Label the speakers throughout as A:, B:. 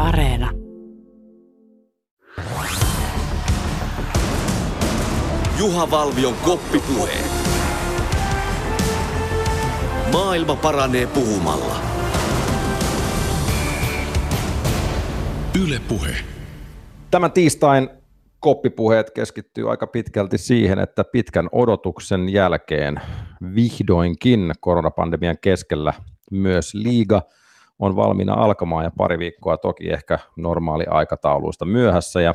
A: Areena.
B: Juha Valvion koppipuhe. Maailma paranee puhumalla.
C: Yle Puhe.
D: Tämän tiistain koppipuheet keskittyy aika pitkälti siihen, että pitkän odotuksen jälkeen vihdoinkin koronapandemian keskellä myös liiga on valmiina alkamaan ja pari viikkoa toki ehkä normaali aikatauluista myöhässä ja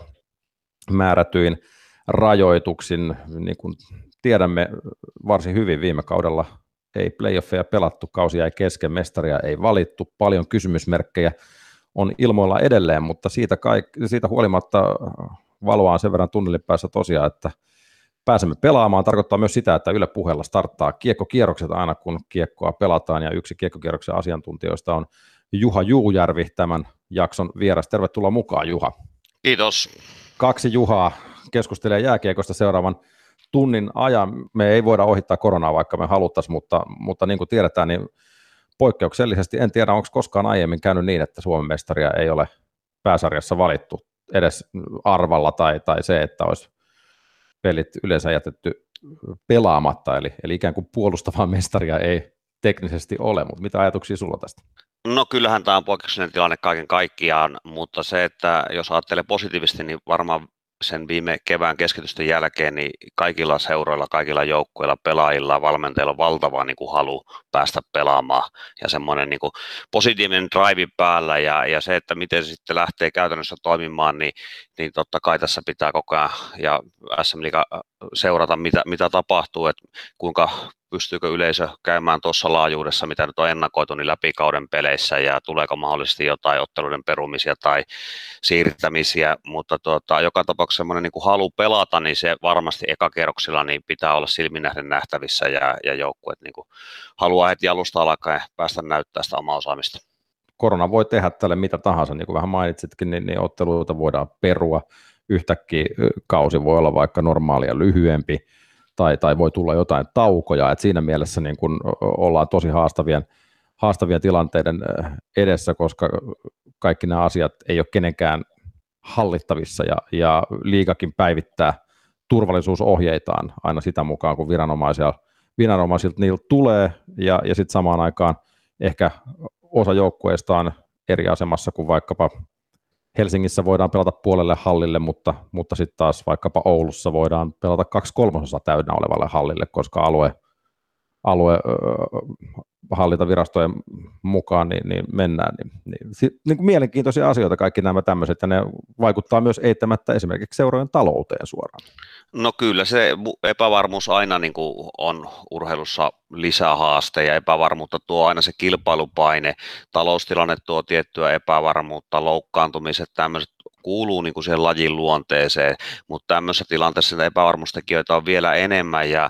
D: määrätyin rajoituksin, niin kuin tiedämme varsin hyvin viime kaudella ei playoffeja pelattu, kausi jäi kesken, mestaria ei valittu, paljon kysymysmerkkejä on ilmoilla edelleen, mutta siitä huolimatta valoa on sen verran tunnelin päässä tosiaan, että pääsemme pelaamaan. Tarkoittaa myös sitä, että Yle Puheella starttaa kiekkokierrokset aina, kun kiekkoa pelataan, ja yksi kiekkokierroksen asiantuntijoista on Juha Juujärvi, tämän jakson vieras. Tervetuloa mukaan, Juha.
E: Kiitos.
D: Kaksi Juhaa keskustelee jääkiekosta seuraavan tunnin ajan. Me ei voida ohittaa koronaa, vaikka me haluttaisiin, mutta niin kuin tiedetään, niin poikkeuksellisesti, en tiedä, onko koskaan aiemmin käynyt niin, että Suomen mestaria ei ole pääsarjassa valittu edes arvalla tai se, että olisi pelit yleensä jätetty pelaamatta, eli ikään kuin puolustavaa mestaria ei teknisesti ole, mutta mitä ajatuksia sulla tästä?
E: No kyllähän tämä on poikkeuksellinen tilanne kaiken kaikkiaan, mutta se, että jos ajattelee positiivisesti, niin varmaan sen viime kevään keskitysten jälkeen niin kaikilla seuroilla, kaikilla joukkueilla, pelaajilla, valmentajilla on valtava niin kuin halu päästä pelaamaan ja semmoinen niin kuin positiivinen drive päällä ja se, että miten se sitten lähtee käytännössä toimimaan, niin totta kai tässä pitää koko ajan ja SM Liiga seurata, mitä tapahtuu, että kuinka pystyykö yleisö käymään tuossa laajuudessa, mitä nyt on ennakoitu, niin läpi kauden peleissä ja tuleeko mahdollisesti jotain otteluiden perumisia tai siirtämisiä, mutta joka tapauksessa semmoinen niin kuin halu pelata, niin se varmasti ekakierroksilla niin pitää olla silminnähden nähtävissä ja joukkueet niin kuin haluaa heti alusta alkaen päästä näyttää sitä omaa osaamista.
D: Korona voi tehdä tälle mitä tahansa, niin kuin vähän mainitsitkin, niin otteluita voidaan perua, yhtäkkiä kausi voi olla vaikka normaalia lyhyempi, tai voi tulla jotain taukoja, että siinä mielessä niin kun ollaan tosi haastavien tilanteiden edessä, koska kaikki nämä asiat ei ole kenenkään hallittavissa, ja liigakin päivittää turvallisuusohjeitaan aina sitä mukaan, kun viranomaisilta niiltä tulee, ja sitten samaan aikaan ehkä osa joukkueista on eri asemassa kuin vaikkapa Helsingissä voidaan pelata puolelle hallille, mutta sitten taas vaikkapa Oulussa voidaan pelata 2/3 täynnä olevalle hallille, koska hallintavirastojen mukaan niin mennään. Niin mielenkiintoisia asioita kaikki nämä tämmöiset, ja ne vaikuttaa myös eittämättä esimerkiksi seurojen talouteen suoraan.
E: No kyllä se epävarmuus aina niin kuin on urheilussa lisähaaste ja epävarmuutta tuo aina se kilpailupaine, taloustilanne tuo tiettyä epävarmuutta, loukkaantumiset, tämmöiset kuuluu niin kuin siihen lajin luonteeseen, mutta tämmöisessä tilanteessa sitä epävarmuustekijöitä on vielä enemmän ja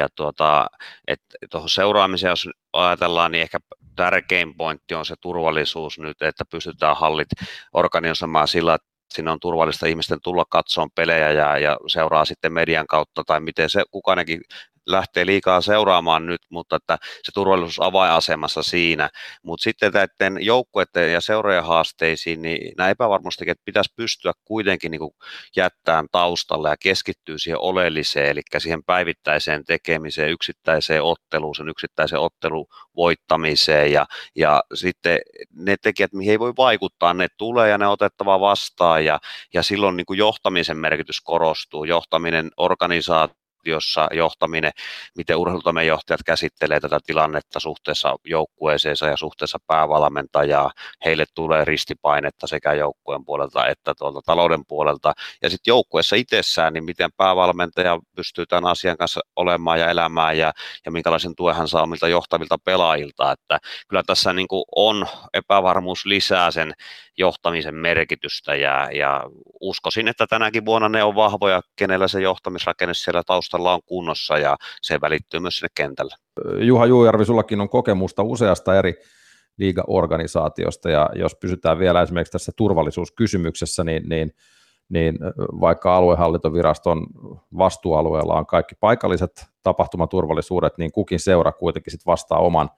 E: tuohon seuraamiseen, jos ajatellaan, niin ehkä tärkein pointti on se turvallisuus nyt, että pystytään hallit organisoimaan sillä, että siinä on turvallista ihmisten tulla katsomaan pelejä ja seuraa sitten median kautta tai miten se kukainenkin lähtee liikaa seuraamaan nyt, mutta että se turvallisuus avainasemassa siinä, mutta sitten näiden joukkueiden ja seurojen haasteisiin, niin nämä epävarmuustekijät pitäisi pystyä kuitenkin niin kuin jättämään taustalle ja keskittyä siihen oleelliseen, eli siihen päivittäiseen tekemiseen, yksittäiseen otteluun, sen yksittäisen ottelun voittamiseen ja sitten ne tekijät, mihin ei voi vaikuttaa, ne tulee ja ne on otettava vastaan ja silloin niin kuin johtamisen merkitys korostuu, johtaminen, organisaatio, jossa johtaminen, miten urheilutoimenjohtajat käsittelee tätä tilannetta suhteessa joukkueeseensa ja suhteessa päävalmentajaa. Heille tulee ristipainetta sekä joukkueen puolelta että tuolta talouden puolelta. Ja sitten joukkueessa itsessään, niin miten päävalmentaja pystyy tämän asian kanssa olemaan ja elämään ja minkälaisen tuen hän saa omilta johtavilta pelaajilta. Että kyllä tässä niin kuin on epävarmuus lisää sen johtamisen merkitystä ja uskoisin, että tänäkin vuonna ne on vahvoja, kenellä se johtamisrakenne siellä taustalla on kunnossa ja se välittyy myös sinne kentälle.
D: Juha Juujärvi, sullakin on kokemusta useasta eri liigaorganisaatiosta ja jos pysytään vielä esimerkiksi tässä turvallisuuskysymyksessä, niin vaikka aluehallintoviraston vastuualueella on kaikki paikalliset tapahtumaturvallisuudet, niin kukin seura kuitenkin sit vastaa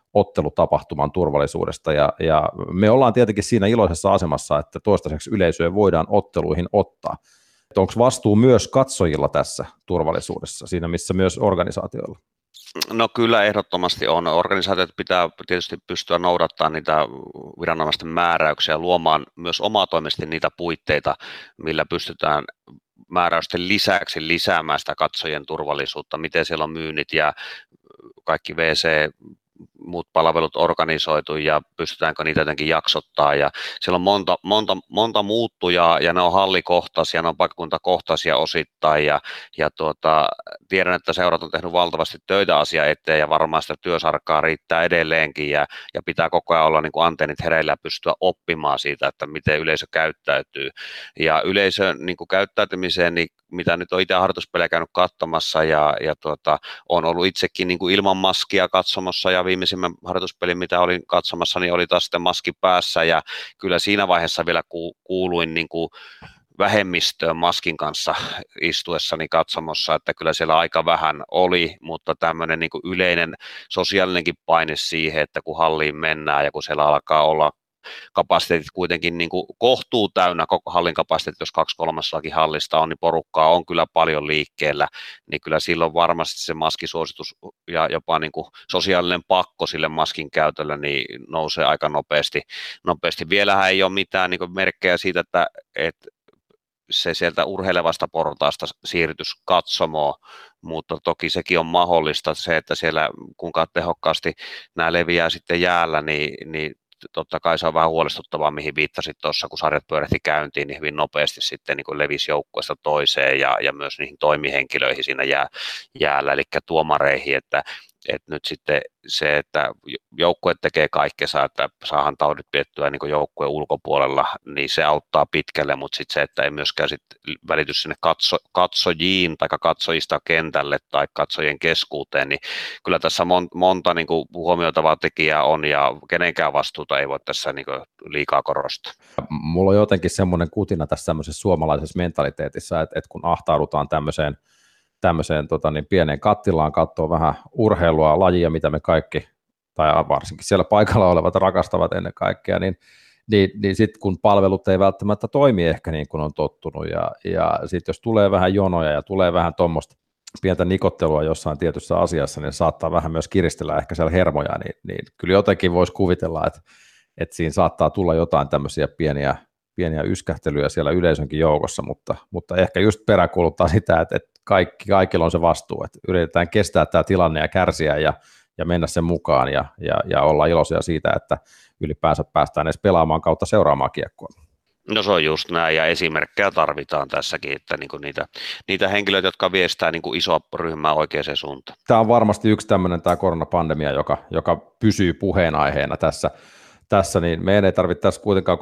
D: ottelutapahtuman turvallisuudesta, ja me ollaan tietenkin siinä iloisessa asemassa, että toistaiseksi yleisöä voidaan otteluihin ottaa. Onko vastuu myös katsojilla tässä turvallisuudessa, siinä missä myös organisaatioilla?
E: No kyllä ehdottomasti on. Organisaatiot pitää tietysti pystyä noudattamaan niitä viranomaisten määräyksiä, luomaan myös omatoimisesti niitä puitteita, millä pystytään määräysten lisäksi lisäämään sitä katsojien turvallisuutta, miten siellä on myynnit ja kaikki muut palvelut organisoitu ja pystytäänkö niitä jotenkin jaksottaa ja siellä on monta muuttujaa ja ne on hallikohtaisia, ne on paikkakuntakohtaisia osittain ja tiedän, että seurat on tehnyt valtavasti töitä asia eteen ja varmaan sitä työsarkaa riittää edelleenkin ja pitää koko ajan olla niin kuin antennit hereillä ja pystyä oppimaan siitä, että miten yleisö käyttäytyy ja yleisön niin kuin käyttäytymiseen, niin mitä nyt on itse harjoituspelejä käynyt katsomassa ja on ollut itsekin niin kuin ilman maskia katsomassa ja viimeisimmän harjoituspelin, mitä olin katsomassa, niin oli taas sitten maski päässä ja kyllä siinä vaiheessa vielä kuuluin niin kuin vähemmistöön maskin kanssa istuessani katsomossa, että kyllä siellä aika vähän oli, mutta tämmöinen niin kuin yleinen sosiaalinenkin paine siihen, että kun halliin mennään ja kun siellä alkaa olla kapasiteetit kuitenkin niin kuin kohtuu täynnä, koko hallin kapasiteetit, jos 2/3 hallista on, niin porukkaa on kyllä paljon liikkeellä, niin kyllä silloin varmasti se maskisuositus ja jopa niin kuin sosiaalinen pakko sille maskin käytölle niin nousee aika nopeasti. Vielähän ei ole mitään niin kuin merkkejä siitä, että se sieltä urheilevasta portaasta siirtys katsomoon, mutta toki sekin on mahdollista, se, että siellä kuinka tehokkaasti nämä leviää sitten jäällä, niin totta kai se on vähän huolestuttavaa, mihin viittasit tuossa, kun sarjat pyörähti käyntiin, niin hyvin nopeasti sitten niin levisi joukkueesta toiseen ja myös niihin toimihenkilöihin siinä jäällä, eli tuomareihin, että nyt sitten se, että joukkue tekee kaikkensa, että saadaan taudit piettyä niin joukkueen ulkopuolella, niin se auttaa pitkälle, mutta sitten se, että ei myöskään sit välity sinne katsojiin tai katsojista kentälle tai katsojien keskuuteen, niin kyllä tässä monta niin kuin huomioitavaa tekijää on ja kenenkään vastuuta ei voi tässä niin kuin liikaa korostaa.
D: Mulla on jotenkin semmoinen kutina tässä tämmöisessä suomalaisessa mentaliteetissa, että kun ahtaudutaan tämmöiseen pieneen kattilaan, katsoo vähän urheilua, lajia, mitä me kaikki, tai varsinkin siellä paikalla olevat rakastavat ennen kaikkea, niin sitten kun palvelut ei välttämättä toimi ehkä niin kuin on tottunut, ja sitten jos tulee vähän jonoja ja tulee vähän tuommoista pientä nikottelua jossain tietyssä asiassa, niin saattaa vähän myös kiristellä ehkä siellä hermoja, niin kyllä jotenkin voisi kuvitella, että siinä saattaa tulla jotain tämmöisiä pieniä yskähtelyjä siellä yleisönkin joukossa, mutta ehkä just peräkuuluttaa sitä, että kaikilla on se vastuu, että yritetään kestää tämä tilanne ja kärsiä ja mennä sen mukaan ja olla iloisia siitä, että ylipäänsä päästään edes pelaamaan kautta seuraamaan kiekkoa.
E: No se on just näin, ja esimerkkejä tarvitaan tässäkin, että niinku niitä henkilöitä, jotka viestää niinku isoa ryhmää oikeaan suuntaan.
D: Tämä on varmasti yksi tämmöinen tämä koronapandemia, joka pysyy puheenaiheena tässä, niin meidän ei tarvitse tässä kuitenkaan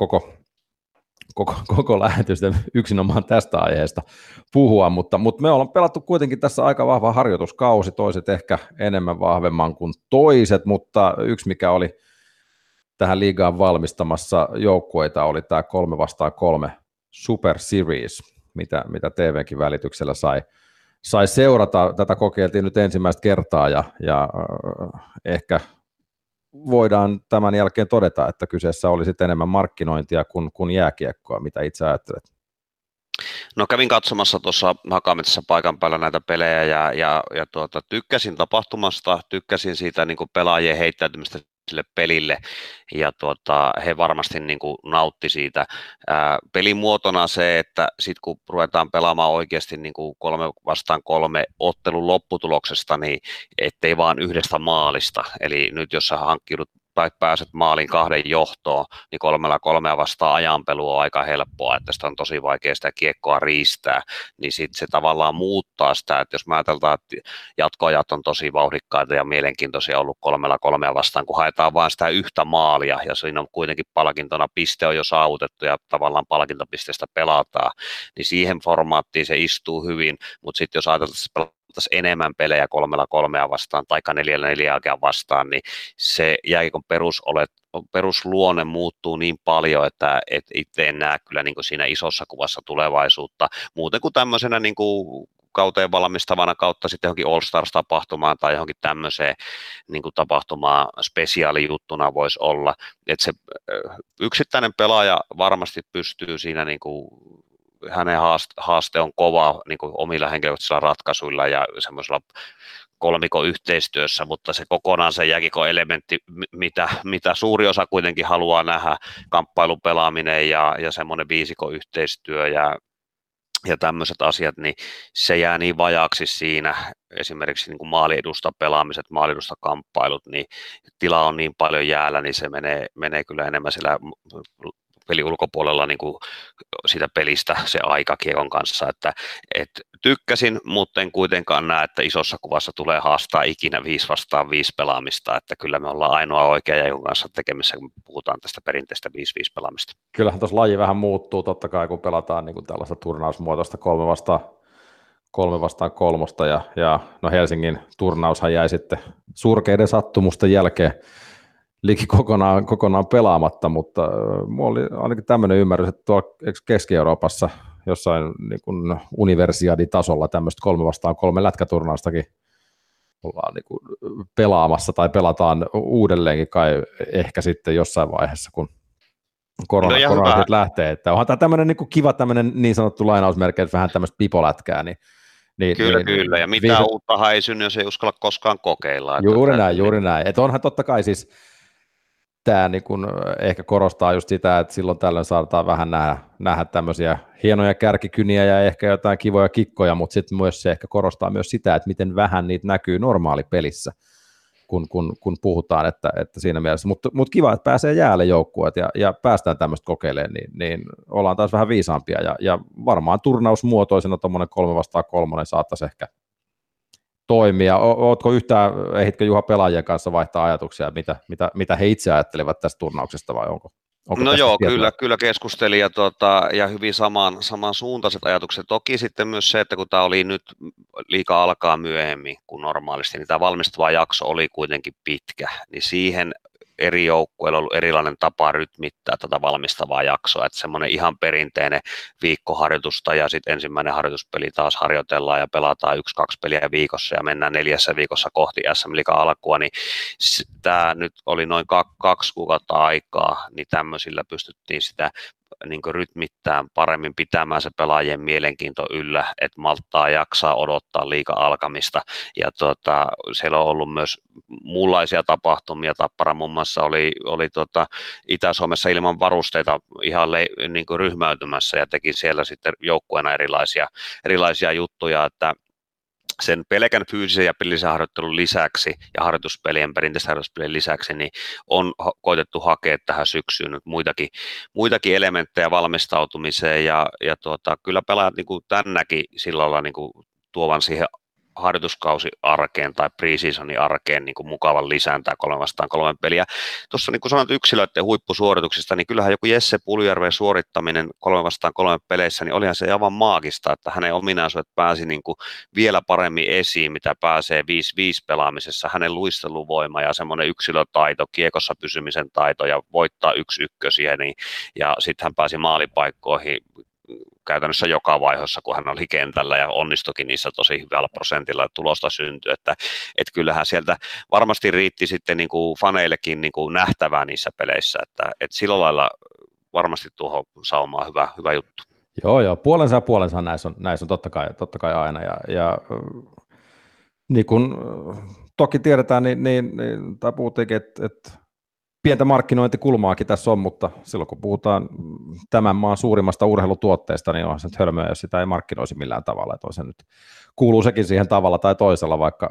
D: koko lähetystä yksinomaan tästä aiheesta puhua, mutta me ollaan pelattu kuitenkin tässä aika vahva harjoituskausi, toiset ehkä enemmän vahvemman kuin toiset, mutta yksi mikä oli tähän liigaan valmistamassa joukkueita oli tämä 3-3 Super Series, mitä TV:nkin välityksellä sai seurata. Tätä kokeiltiin nyt ensimmäistä kertaa ja ehkä voidaan tämän jälkeen todeta, että kyseessä oli sitten enemmän markkinointia kuin jääkiekkoa, mitä itse ajattelet?
E: No kävin katsomassa tuossa Hakametsässä paikan päällä näitä pelejä ja tykkäsin tapahtumasta, tykkäsin siitä niin kuin pelaajien heittäytymistä sille pelille ja he varmasti niin kuin nautti siitä. Pelin muotona se, että sitten kun ruvetaan pelaamaan oikeasti niin kuin 3-3 ottelun lopputuloksesta, niin ettei vaan yhdestä maalista. Eli nyt jos sä hankkiudut tai pääset maalin 2 johtoon, niin 3-3 vastaan ajanpelu on aika helppoa, että sitä on tosi vaikea sitä kiekkoa riistää, niin sitten se tavallaan muuttaa sitä, että jos mä ajatellaan, että jatkoajat on tosi vauhdikkaita ja mielenkiintoisia ollut 3-3 vastaan, kun haetaan vain sitä yhtä maalia, ja siinä on kuitenkin palkintona piste on jo saavutettu, ja tavallaan palkintopisteestä pelataan, niin siihen formaattiin se istuu hyvin, mutta sitten jos ajatellaan, että enemmän pelejä 3-3 vastaan tai 4-4 vastaan, niin se jääkiekon perusluonne muuttuu niin paljon, että itse en näe kyllä niin kuin siinä isossa kuvassa tulevaisuutta. Muuten kuin tämmöisenä niin kuin kauteen valmistavana kautta sitten johonkin All Stars-tapahtumaan tai johonkin tämmöiseen niin kuin tapahtumaan spesiaalijuttuna voisi olla. Että se yksittäinen pelaaja varmasti pystyy siinä, niin kuin, hänen haaste on kova niin kuin omilla henkilökohtaisilla ratkaisuilla ja semmoisella kolmikon yhteistyössä, mutta se kokonaan se jääkiekon elementti, mitä suuri osa kuitenkin haluaa nähdä, kamppailupelaaminen ja semmoinen viisikon yhteistyö ja tämmöiset asiat, niin se jää niin vajaaksi siinä, esimerkiksi niin kuin maaliedusta pelaamiset, maaliedusta kamppailut, niin tila on niin paljon jäällä, niin se menee kyllä enemmän siellä pelin ulkopuolella niin kuin siitä pelistä se aika kiekon kanssa, että tykkäsin, mutta en kuitenkaan näe, että isossa kuvassa tulee haastaa ikinä 5 vastaan 5 pelaamista, että kyllä me ollaan ainoa oikea jäikon kanssa tekemissä, kun puhutaan tästä perinteistä 5-5 pelaamista.
D: Kyllähän tuossa laji vähän muuttuu totta kai, kun pelataan niin kuin tällaista turnausmuotoista 3 vastaan 3 ja no Helsingin turnaushan jäi sitten surkeiden sattumusten jälkeen liki kokonaan pelaamatta, mutta minulla oli ainakin tämmöinen ymmärrys, että tuolla Keski-Euroopassa jossain niin kuin universiaditasolla tämmöistä 3 vastaan 3 lätkäturnaustakin ollaan niin kuin pelaamassa tai pelataan uudelleenkin kai ehkä sitten jossain vaiheessa, kun korona lähtee. Että onhan tämä tämmöinen niin kuin kiva tämmöinen niin sanottu lainausmerkki, että vähän tämmöistä pipolätkää,
E: Kyllä, ja mitään uuttahan ei synny, jos ei uskalla koskaan kokeilla.
D: Juuri näin. Että onhan totta kai siis tämä niin kun ehkä korostaa just sitä, että silloin tällöin saadaan vähän nähdä tämmöisiä hienoja kärkikyniä ja ehkä jotain kivoja kikkoja, mutta sitten myös se ehkä korostaa myös sitä, että miten vähän niitä näkyy normaalipelissä, kun puhutaan, että siinä mielessä. Mutta kiva, että pääsee jäälle joukkueet ja päästään tämmöistä kokeilemaan, niin ollaan taas vähän viisaampia ja varmaan turnausmuotoisena tuommoinen 3 vastaan 3 saattaisi ehkä toimia. Ootko yhtään, ehditkö Juha pelaajien kanssa vaihtaa ajatuksia, mitä he itse ajattelevat tästä turnauksesta vai onko
E: no joo, kyllä keskustelin ja hyvin samansuuntaiset ajatukset. Toki sitten myös se, että kun tämä oli nyt liiga alkaa myöhemmin kuin normaalisti, niin tämä valmistava jakso oli kuitenkin pitkä, niin siihen eri joukkueilla on ollut erilainen tapa rytmittää tätä valmistavaa jaksoa, että semmoinen ihan perinteinen viikkoharjoitusta ja sitten ensimmäinen harjoituspeli taas harjoitellaan ja pelataan 1-2 peliä viikossa ja mennään 4 viikossa kohti SM-liigan alkua, niin tämä nyt oli noin 2 kuukautta aikaa, niin tämmöisillä pystyttiin sitä niin kuin rytmittää paremmin, pitämään se pelaajien mielenkiinto yllä, että malttaa jaksaa odottaa liigan alkamista. Ja siellä on ollut myös muunlaisia tapahtumia. Tappara muun muassa oli Itä-Suomessa ilman varusteita ihan niin kuin ryhmäytymässä ja teki siellä sitten joukkueena erilaisia juttuja, että sen pelkän fyysisen ja pelillisen harjoittelun lisäksi ja perinteisten harjoituspelien lisäksi, niin on koitettu hakea tähän syksyyn nyt muitakin elementtejä valmistautumiseen ja kyllä pelaajat niin kuin tänäkin sillä lailla niin kuin tuovan siihen harjoituskausi-arkeen tai pre-seasonin arkeen niin kuin mukavan lisään tämä 3 vastaan 3 peliä. Tuossa niin kuin sanot yksilöiden huippusuorituksista, niin kyllähän joku Jesse Puljärven suorittaminen 3 vastaan 3 peleissä, niin olihan se aivan maagista, että hänen ominaisuudet pääsi niin kuin vielä paremmin esiin, mitä pääsee 5-5 pelaamisessa. Hänen luisteluvoima ja semmoinen yksilötaito, kiekossa pysymisen taito ja voittaa 1-1 niin, ja sitten hän pääsi maalipaikkoihin käytännössä joka vaiheessa, kun hän oli kentällä ja onnistuikin niissä tosi hyvällä prosentilla, että tulosta syntyi, että kyllähän sieltä varmasti riitti sitten niin kuin faneillekin niin kuin nähtävää niissä peleissä, että sillä lailla varmasti tuohon saumaan hyvä juttu.
D: Joo, puolensa ja puolensa näissä on totta kai aina ja niin kuin toki tiedetään, tai puhuttiinkin, että pientä markkinointikulmaakin tässä on, mutta silloin kun puhutaan tämän maan suurimmasta urheilutuotteesta, niin onhan se nyt hölmöä, jos sitä ei markkinoisi millään tavalla, että se nyt kuuluu sekin siihen tavalla tai toisella, vaikka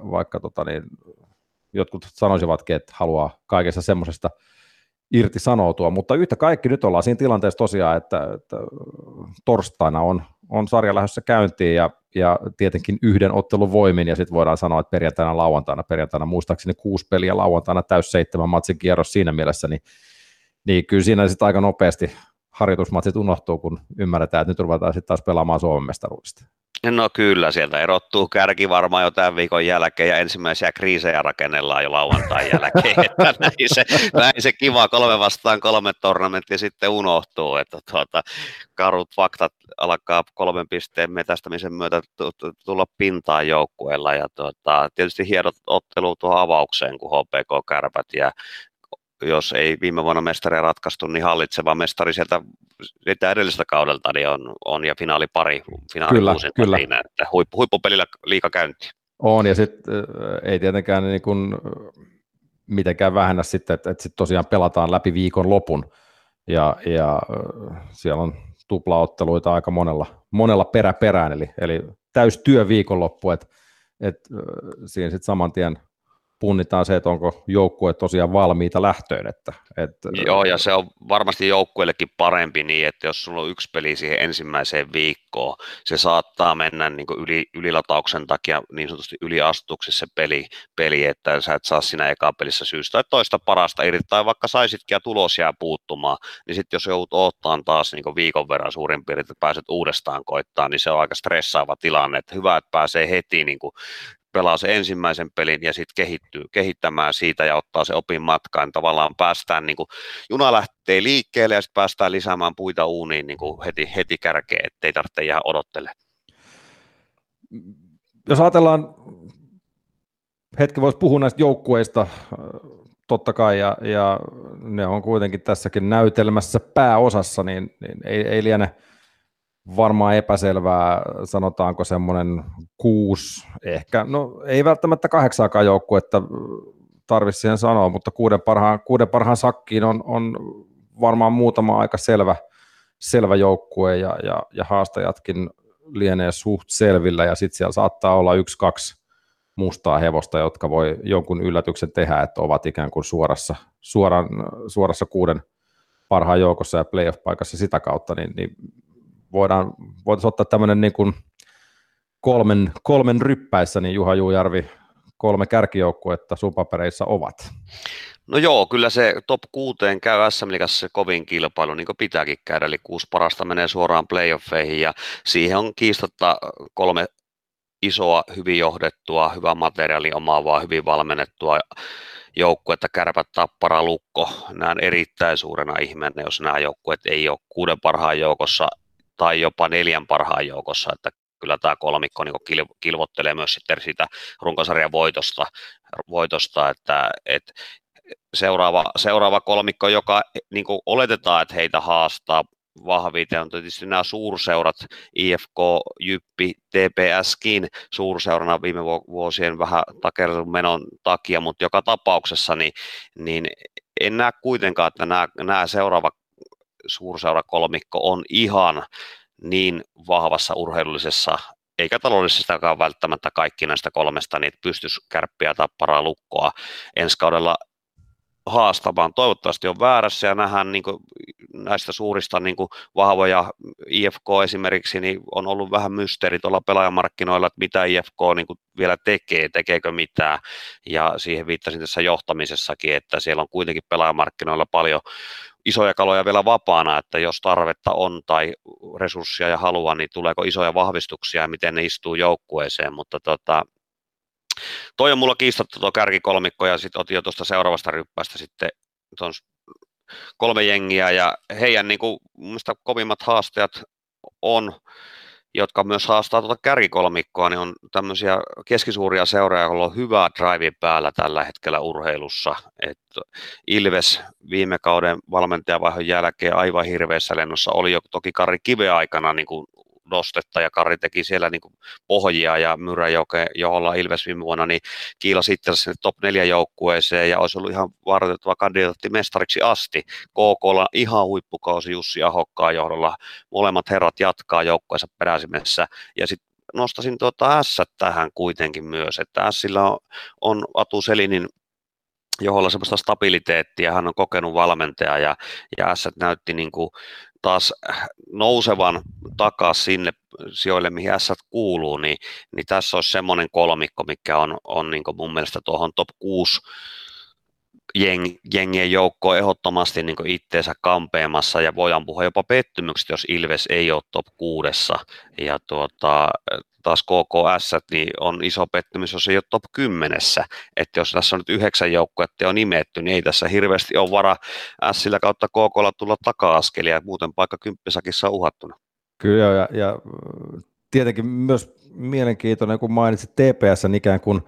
D: jotkut sanoisivatkin, että haluaa kaikessa semmoisesta irti sanoutua, mutta yhtä kaikki nyt ollaan siinä tilanteessa tosiaan, että torstaina on sarja lähdössä käyntiin ja tietenkin yhden ottelun voimin, ja sitten voidaan sanoa, että perjantaina muistaakseni 6 peliä, lauantaina täys 7 matsin kierros siinä mielessä, niin kyllä siinä sitten aika nopeasti harjoitusmatsit unohtuu, kun ymmärretään, että nyt ruvetaan sitten taas pelaamaan Suomen mestaruudesta.
E: No kyllä, sieltä erottuu kärki varmaan jo tämän viikon jälkeen ja ensimmäisiä kriisejä rakennellaan jo lauantain jälkeen, että näin se kiva 3-3 tornamentti sitten unohtuu, että karut faktat alkaa 3 pisteen metästämisen myötä tulla pintaan joukkueella ja tietysti hienot ottelu tuohon avaukseen, kun HPK Kärpät ja jos ei viime vuonna mestaria ratkaistu, niin hallitseva mestari sieltä edellisestä kaudelta niin on ja finaalipari,
D: kyllä.
E: Siinä, että huippupelillä liigakäynti.
D: On, ja sitten ei tietenkään niin kuin mitenkään vähennä sitten, että sitten tosiaan pelataan läpi viikon lopun, ja siellä on tuplaotteluita aika monella peräperään, eli täys työ viikonloppu, että siinä sitten saman tien punnitaan se, että onko joukkue tosiaan valmiita lähtöön.
E: Joo, ja se on varmasti joukkueellekin parempi niin, että jos sulla on 1 peli siihen ensimmäiseen viikkoon, se saattaa mennä niin kuin ylilatauksen takia niin sanotusti yliastuksessa peli, että sä et saa siinä eka pelissä syystä tai toista parasta irti, tai vaikka saisitkin ja tulos jää puuttumaan, niin sitten jos joudut odottamaan taas niin kuin viikon verran suurin piirtein, että pääset uudestaan koittaa, niin se on aika stressaava tilanne, että hyvä, että pääsee heti niin kuin pelaa se ensimmäisen pelin ja sitten kehittämään siitä ja ottaa se opin matkaan. Tavallaan päästään, niin kuin, juna lähtee liikkeelle ja sitten päästään lisäämään puita uuniin niin kuin heti kärkeen, ettei tarvitse jäädä odottelemaan.
D: Jos ajatellaan, hetki voisi puhua näistä joukkueista, totta kai, ja ne on kuitenkin tässäkin näytelmässä pääosassa, niin ei liene varmaan epäselvää, sanotaanko semmoinen 6, ehkä, no ei välttämättä 8 joukkuetta tarvitse siihen sanoa, mutta 6 parhaan sakkiin on varmaan muutama aika selvä joukkue ja haastajatkin lienee suht selvillä ja sitten siellä saattaa olla 1-2 mustaa hevosta, jotka voi jonkun yllätyksen tehdä, että ovat ikään kuin suorassa 6 parhaan joukossa ja playoff-paikassa sitä kautta, niin voitaisiin ottaa tämmöinen niin kuin kolmen ryppäissä, niin Juha Juujärvi 3 kärkijoukkuetta sun papereissa ovat.
E: No joo, kyllä se top 6 käy SM-liigassa se kovin kilpailu, niin kuin pitääkin käydä, eli 6 parasta menee suoraan playoffeihin, ja siihen on kiistatta 3 isoa, hyvin johdettua, hyvä materiaali omaavaa, hyvin valmennettua joukkuetta, Kärpät, Tappara, Lukko. Näen erittäin suurena ihmeenä, jos nämä joukkueet ei ole 6 parhaan joukossa tai jopa 4 parhaan joukossa, että kyllä tämä kolmikko niin kilvottelee myös sitten siitä runkosarjan voitosta että seuraava kolmikko, joka niin kuin oletetaan, että heitä haastaa vahviten, on tietysti nämä suurseurat, IFK, Jyppi, TPSkin suurseurana viime vuosien vähän takertun menon takia, mutta joka tapauksessa niin en näe kuitenkaan, että nämä seuraava suurseurakolmikko on ihan niin vahvassa urheilullisessa, eikä taloudellisestakaan välttämättä kaikki näistä 3, niin pystyisi Kärppiä, Tapparaa, Lukkoa ensi kaudella haastamaan. Toivottavasti on väärässä ja nähdään niin kuin näistä suurista niin kuin vahvoja, IFK esimerkiksi, niin on ollut vähän mysteeri tuolla pelaajamarkkinoilla, että mitä IFK niin kuin vielä tekeekö mitään, ja siihen viittasin tässä johtamisessakin, että siellä on kuitenkin pelaajamarkkinoilla paljon isoja kaloja vielä vapaana, että jos tarvetta on tai resursseja ja halua, niin tuleeko isoja vahvistuksia ja miten ne istuu joukkueeseen, mutta toi on mulla kiistattu tuo kärkikolmikko ja sitten otin jo tuosta seuraavasta ryppäästä sitten 3 jengiä ja heidän niin kuin, mielestäni kovimmat haastajat on, jotka myös haastaa tuota kärkikolmikkoa, niin on tämmöisiä keskisuuria seuroja, joilla on hyvä drive päällä tällä hetkellä urheilussa. Et Ilves viime kauden valmentajavaihdon jälkeen aivan hirveässä lennossa oli jo toki Kari Kiven aikana niin kuin nostetta ja Kari teki siellä niin kuin pohjia ja Myräjoke, jolla Ilves viime vuonna niin kiilasi itse sinne top 4 joukkueeseen ja olisi ollut ihan varoitettava kandidaatti mestariksi asti. KK:lla ihan huippukausi Jussi Ahokkaan johdolla. Molemmat herrat jatkaa joukkueensa peräsimessä ja sitten nostasin S tähän kuitenkin myös, että Sillä on Atu Selinin johdolla semmoista stabiliteettia, hän on kokenut valmentaja ja S näytti niin kuin taas nousevan takaisin sinne sijoille, mihin S kuuluu, niin tässä olisi semmoinen kolmikko, mikä on niin kuin mun mielestä tuohon top 6 jengien joukko on ehdottomasti niin itteensä kampeamassa ja voidaan puhua jopa pettymyksestä, jos Ilves ei ole top 6. Ja taas KKS niin on iso pettymys, jos ei ole top 10. Että jos tässä on nyt 9 joukkuetta on nimetty, niin ei tässä hirveästi ole vara Sillä kautta KKlla tulla taka-askelia, ja muuten paikka 10 on uhattuna.
D: Kyllä ja tietenkin myös mielenkiintoinen, kun mainitsit TPS:n ikään kuin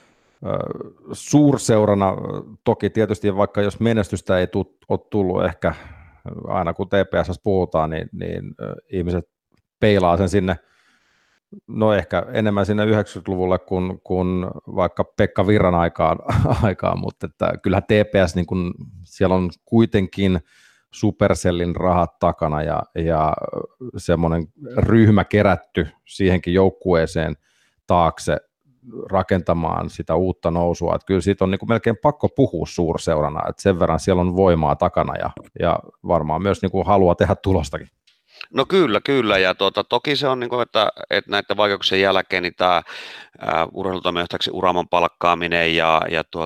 D: suurseurana, toki tietysti vaikka jos menestystä ei ole tullut ehkä aina kun TPS:ssä puhutaan, niin ihmiset peilaa sen sinne, no ehkä enemmän sinne 90-luvulle kuin vaikka Pekka Virran aikaan, mutta että kyllähän TPS, niin kun, siellä on kuitenkin Supercellin rahat takana ja semmoinen ryhmä kerätty siihenkin joukkueeseen taakse rakentamaan sitä uutta nousua, että kyllä siitä on niin kuin melkein pakko puhua suurseurana, että sen verran siellä on voimaa takana ja varmaan myös niin kuin halua tehdä tulostakin.
E: No kyllä, ja toki se on, niin kuin, että näiden vaikeuksien jälkeen niin tämä urheilutoimijohtajaksi Uraman palkkaaminen ja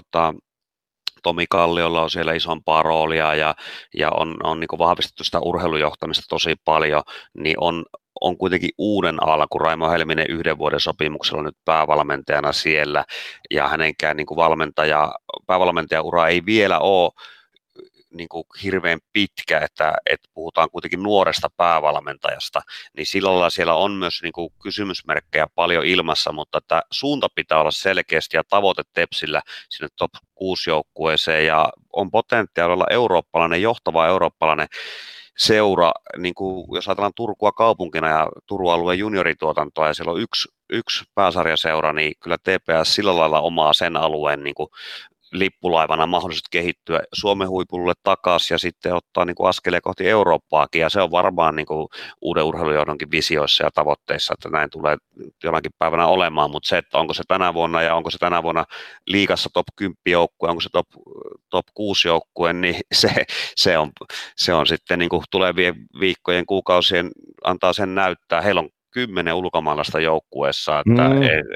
E: Tomi Kalliolla on siellä isompaa roolia ja on niin kuin vahvistettu sitä urheilujohtamista tosi paljon, niin on kuitenkin uuden alku. Raimo Helminen 1 vuoden sopimuksella nyt päävalmentajana siellä, ja hänenkään niin kuin päävalmentajaura ei vielä ole niin kuin hirveän pitkä, että puhutaan kuitenkin nuoresta päävalmentajasta, niin sillä lailla siellä on myös niin kuin kysymysmerkkejä paljon ilmassa, mutta että suunta pitää olla selkeästi ja tavoite Tepsillä sinne top 6 joukkueeseen, ja on potentiaalia olla johtava eurooppalainen seura, niin kuin jos ajatellaan Turkua kaupunkina ja Turun alueen juniorituotantoa, ja siellä on yksi pääsarjaseura, niin kyllä TPS sillä lailla omaa sen alueen niin kuin lippulaivana mahdollisuus kehittyä Suomen huipulle takaisin ja sitten ottaa niin kuin askeleen kohti Eurooppaakin, ja se on varmaan niin kuin uuden urheilujohdonkin visioissa ja tavoitteissa, että näin tulee jonakin päivänä olemaan, mutta se, että onko se tänä vuonna ja onko se tänä vuonna liigassa top 10 joukkue, onko se top 6 joukkue, niin se on sitten niin kuin tulevien viikkojen, kuukausien antaa sen näyttää. Heillä on 10 ulkomaalaista joukkueessa, että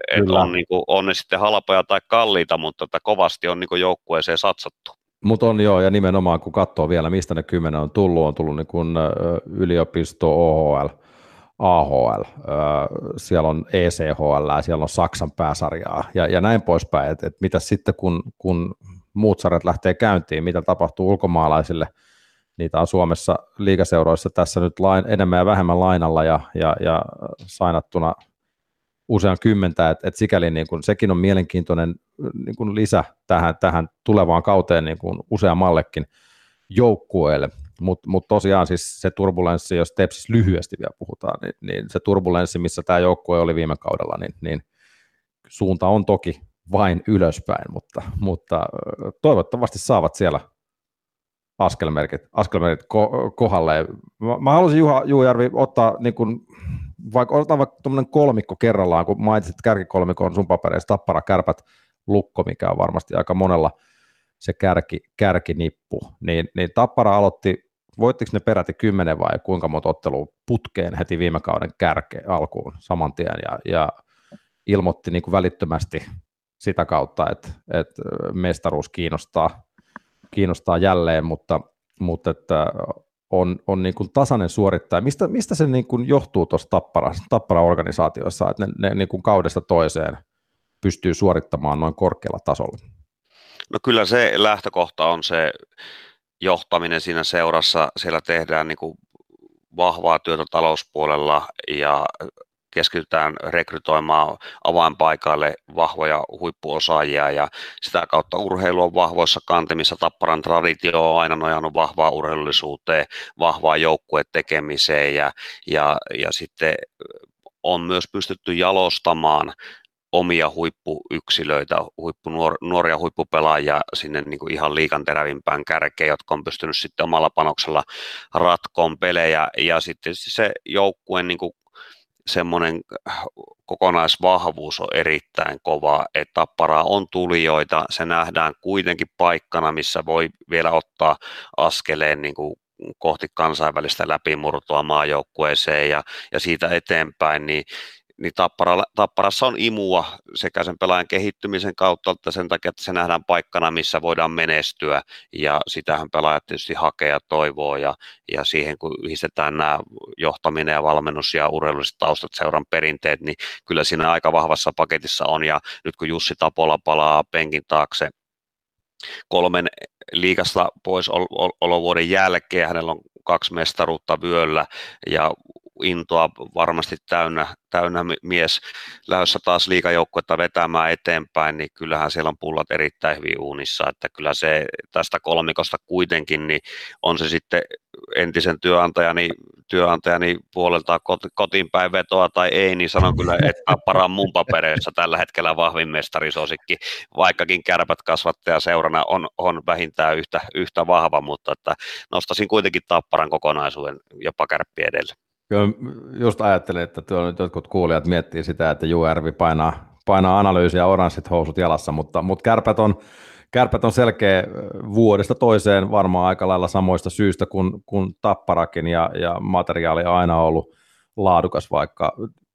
E: on ne sitten halpoja tai kalliita, mutta että kovasti on niin kuin joukkueeseen satsattu.
D: Mutta on joo, ja nimenomaan kun katsoo vielä, mistä ne 10 on tullut niin kuin yliopisto, OHL, AHL, siellä on ECHL, siellä on Saksan pääsarjaa ja näin poispäin, että mitä sitten kun muut sarjat lähtee käyntiin, mitä tapahtuu ulkomaalaisille. Niitä on Suomessa liigaseuroissa tässä nyt enemmän ja vähemmän lainalla ja sainattuna usean 10, että sikäli niin kuin, sekin on mielenkiintoinen niin kuin lisä tähän tulevaan kauteen niin kuin useammallekin joukkueelle, mutta tosiaan siis se turbulenssi, jos Tepsis lyhyesti vielä puhutaan, niin se turbulenssi, missä tämä joukkue oli viime kaudella, niin suunta on toki vain ylöspäin, mutta toivottavasti saavat siellä askelmerkit kohdalle. Mä haluaisin Juujärvi ottaa niin kun, otetaan vaikka tuommoinen kolmikko kerrallaan, kun mainitsit, että kärkikolmikko on sun papereissa Tappara, Kärpät, Lukko, mikä on varmasti aika monella se kärkinippu, niin Tappara aloitti, voittiko ne peräti 10 vai kuinka monta ottelua putkeen heti viime kauden alkuun saman tien ja ilmoitti niin kuin välittömästi sitä kautta, että mestaruus kiinnostaa jälleen, mutta että on niin kuin tasainen suorittaja. Mistä se niin kuin johtuu tuossa Tappara-organisaatiossa, että ne niin kuin kaudesta toiseen pystyy suorittamaan noin korkealla tasolla?
E: No kyllä se lähtökohta on se johtaminen siinä seurassa. Siellä tehdään niin kuin vahvaa työtä talouspuolella ja keskitytään rekrytoimaan avainpaikalle vahvoja huippuosaajia ja sitä kautta urheilu on vahvoissa kantimissa. Tapparan traditio on aina nojannut vahvaa urheilullisuuteen, vahvaa joukkuetekemiseen ja sitten on myös pystytty jalostamaan omia huippuyksilöitä, nuoria huippupelaajia sinne niin kuin ihan liigan terävimpään kärkeen, jotka on pystynyt sitten omalla panoksella ratkoon pelejä ja sitten se joukkueen niin kuin semmoinen kokonaisvahvuus on erittäin kova, että Tapparaa on tulijoita, se nähdään kuitenkin paikkana, missä voi vielä ottaa askeleen niin kuin kohti kansainvälistä läpimurtoa maajoukkueeseen ja siitä eteenpäin, niin niin Tapparassa on imua sekä sen pelaajan kehittymisen kautta, että sen takia, että se nähdään paikkana, missä voidaan menestyä, ja sitähän pelaajat tietysti hakee ja toivoo, ja siihen kun yhdistetään nämä johtaminen ja valmennus ja urheilulliset taustat, seuran perinteet, niin kyllä siinä aika vahvassa paketissa on, ja nyt kun Jussi Tapola palaa penkin taakse 3 liigasta poisolovuoden jälkeen, hänellä on 2 mestaruutta vyöllä, ja intoa varmasti täynnä mies lähdössä taas liigajoukkuetta vetämään eteenpäin, niin kyllähän siellä on pullat erittäin hyvin uunissa, että kyllä se tästä kolmikosta kuitenkin, niin on se sitten entisen työnantajani puolelta kotiinpäin vetoa tai ei, niin sanon kyllä, että Tappara on mun papereissa tällä hetkellä vahvin mestarisuosikki, vaikkakin Kärpät kasvattaja seurana on vähintään yhtä vahva, mutta että nostaisin kuitenkin Tapparan kokonaisuuden jopa Kärppien edelle.
D: Kyllä just ajattelin, että tuolla nyt jotkut kuulijat miettii sitä, että Juervi painaa analyysiä oranssit housut jalassa, mutta Kärpät on selkeä vuodesta toiseen varmaan aika lailla samoista syistä kuin Tapparakin, ja materiaali on aina ollut laadukas, vaikka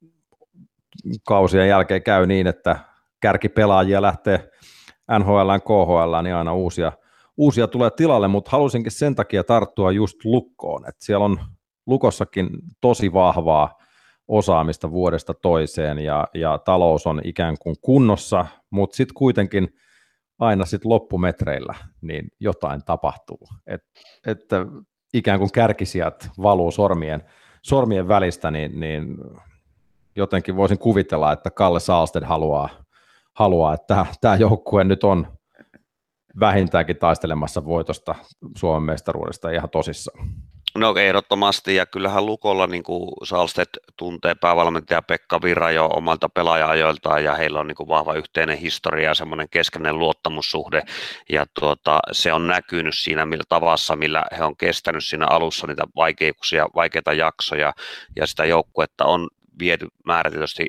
D: kausien jälkeen käy niin, että kärkipelaajia lähtee NHL:ään, KHL:ään, niin aina uusia tulee tilalle, mutta halusinkin sen takia tarttua just Lukkoon, että siellä on Lukossakin tosi vahvaa osaamista vuodesta toiseen, ja talous on ikään kuin kunnossa, mutta sitten kuitenkin aina sitten loppumetreillä niin jotain tapahtuu, että ikään kuin kärkisijat valuu sormien välistä, niin jotenkin voisin kuvitella, että Kalle Sahlstedt haluaa, että tämä joukkue nyt on vähintäänkin taistelemassa voitosta Suomen mestaruudesta ihan tosissaan.
E: No ehdottomasti, ja kyllähän Lukolla niin kuin Sahlstedt tuntee päävalmentaja Pekka Virra jo omalta pelaaja-ajoiltaan, ja heillä on niin kuin vahva yhteinen historia ja semmoinen keskeinen luottamussuhde, ja se on näkynyt siinä tavassa, millä he on kestänyt siinä alussa niitä vaikeita jaksoja, ja sitä joukkuetta on viety määrätietoisesti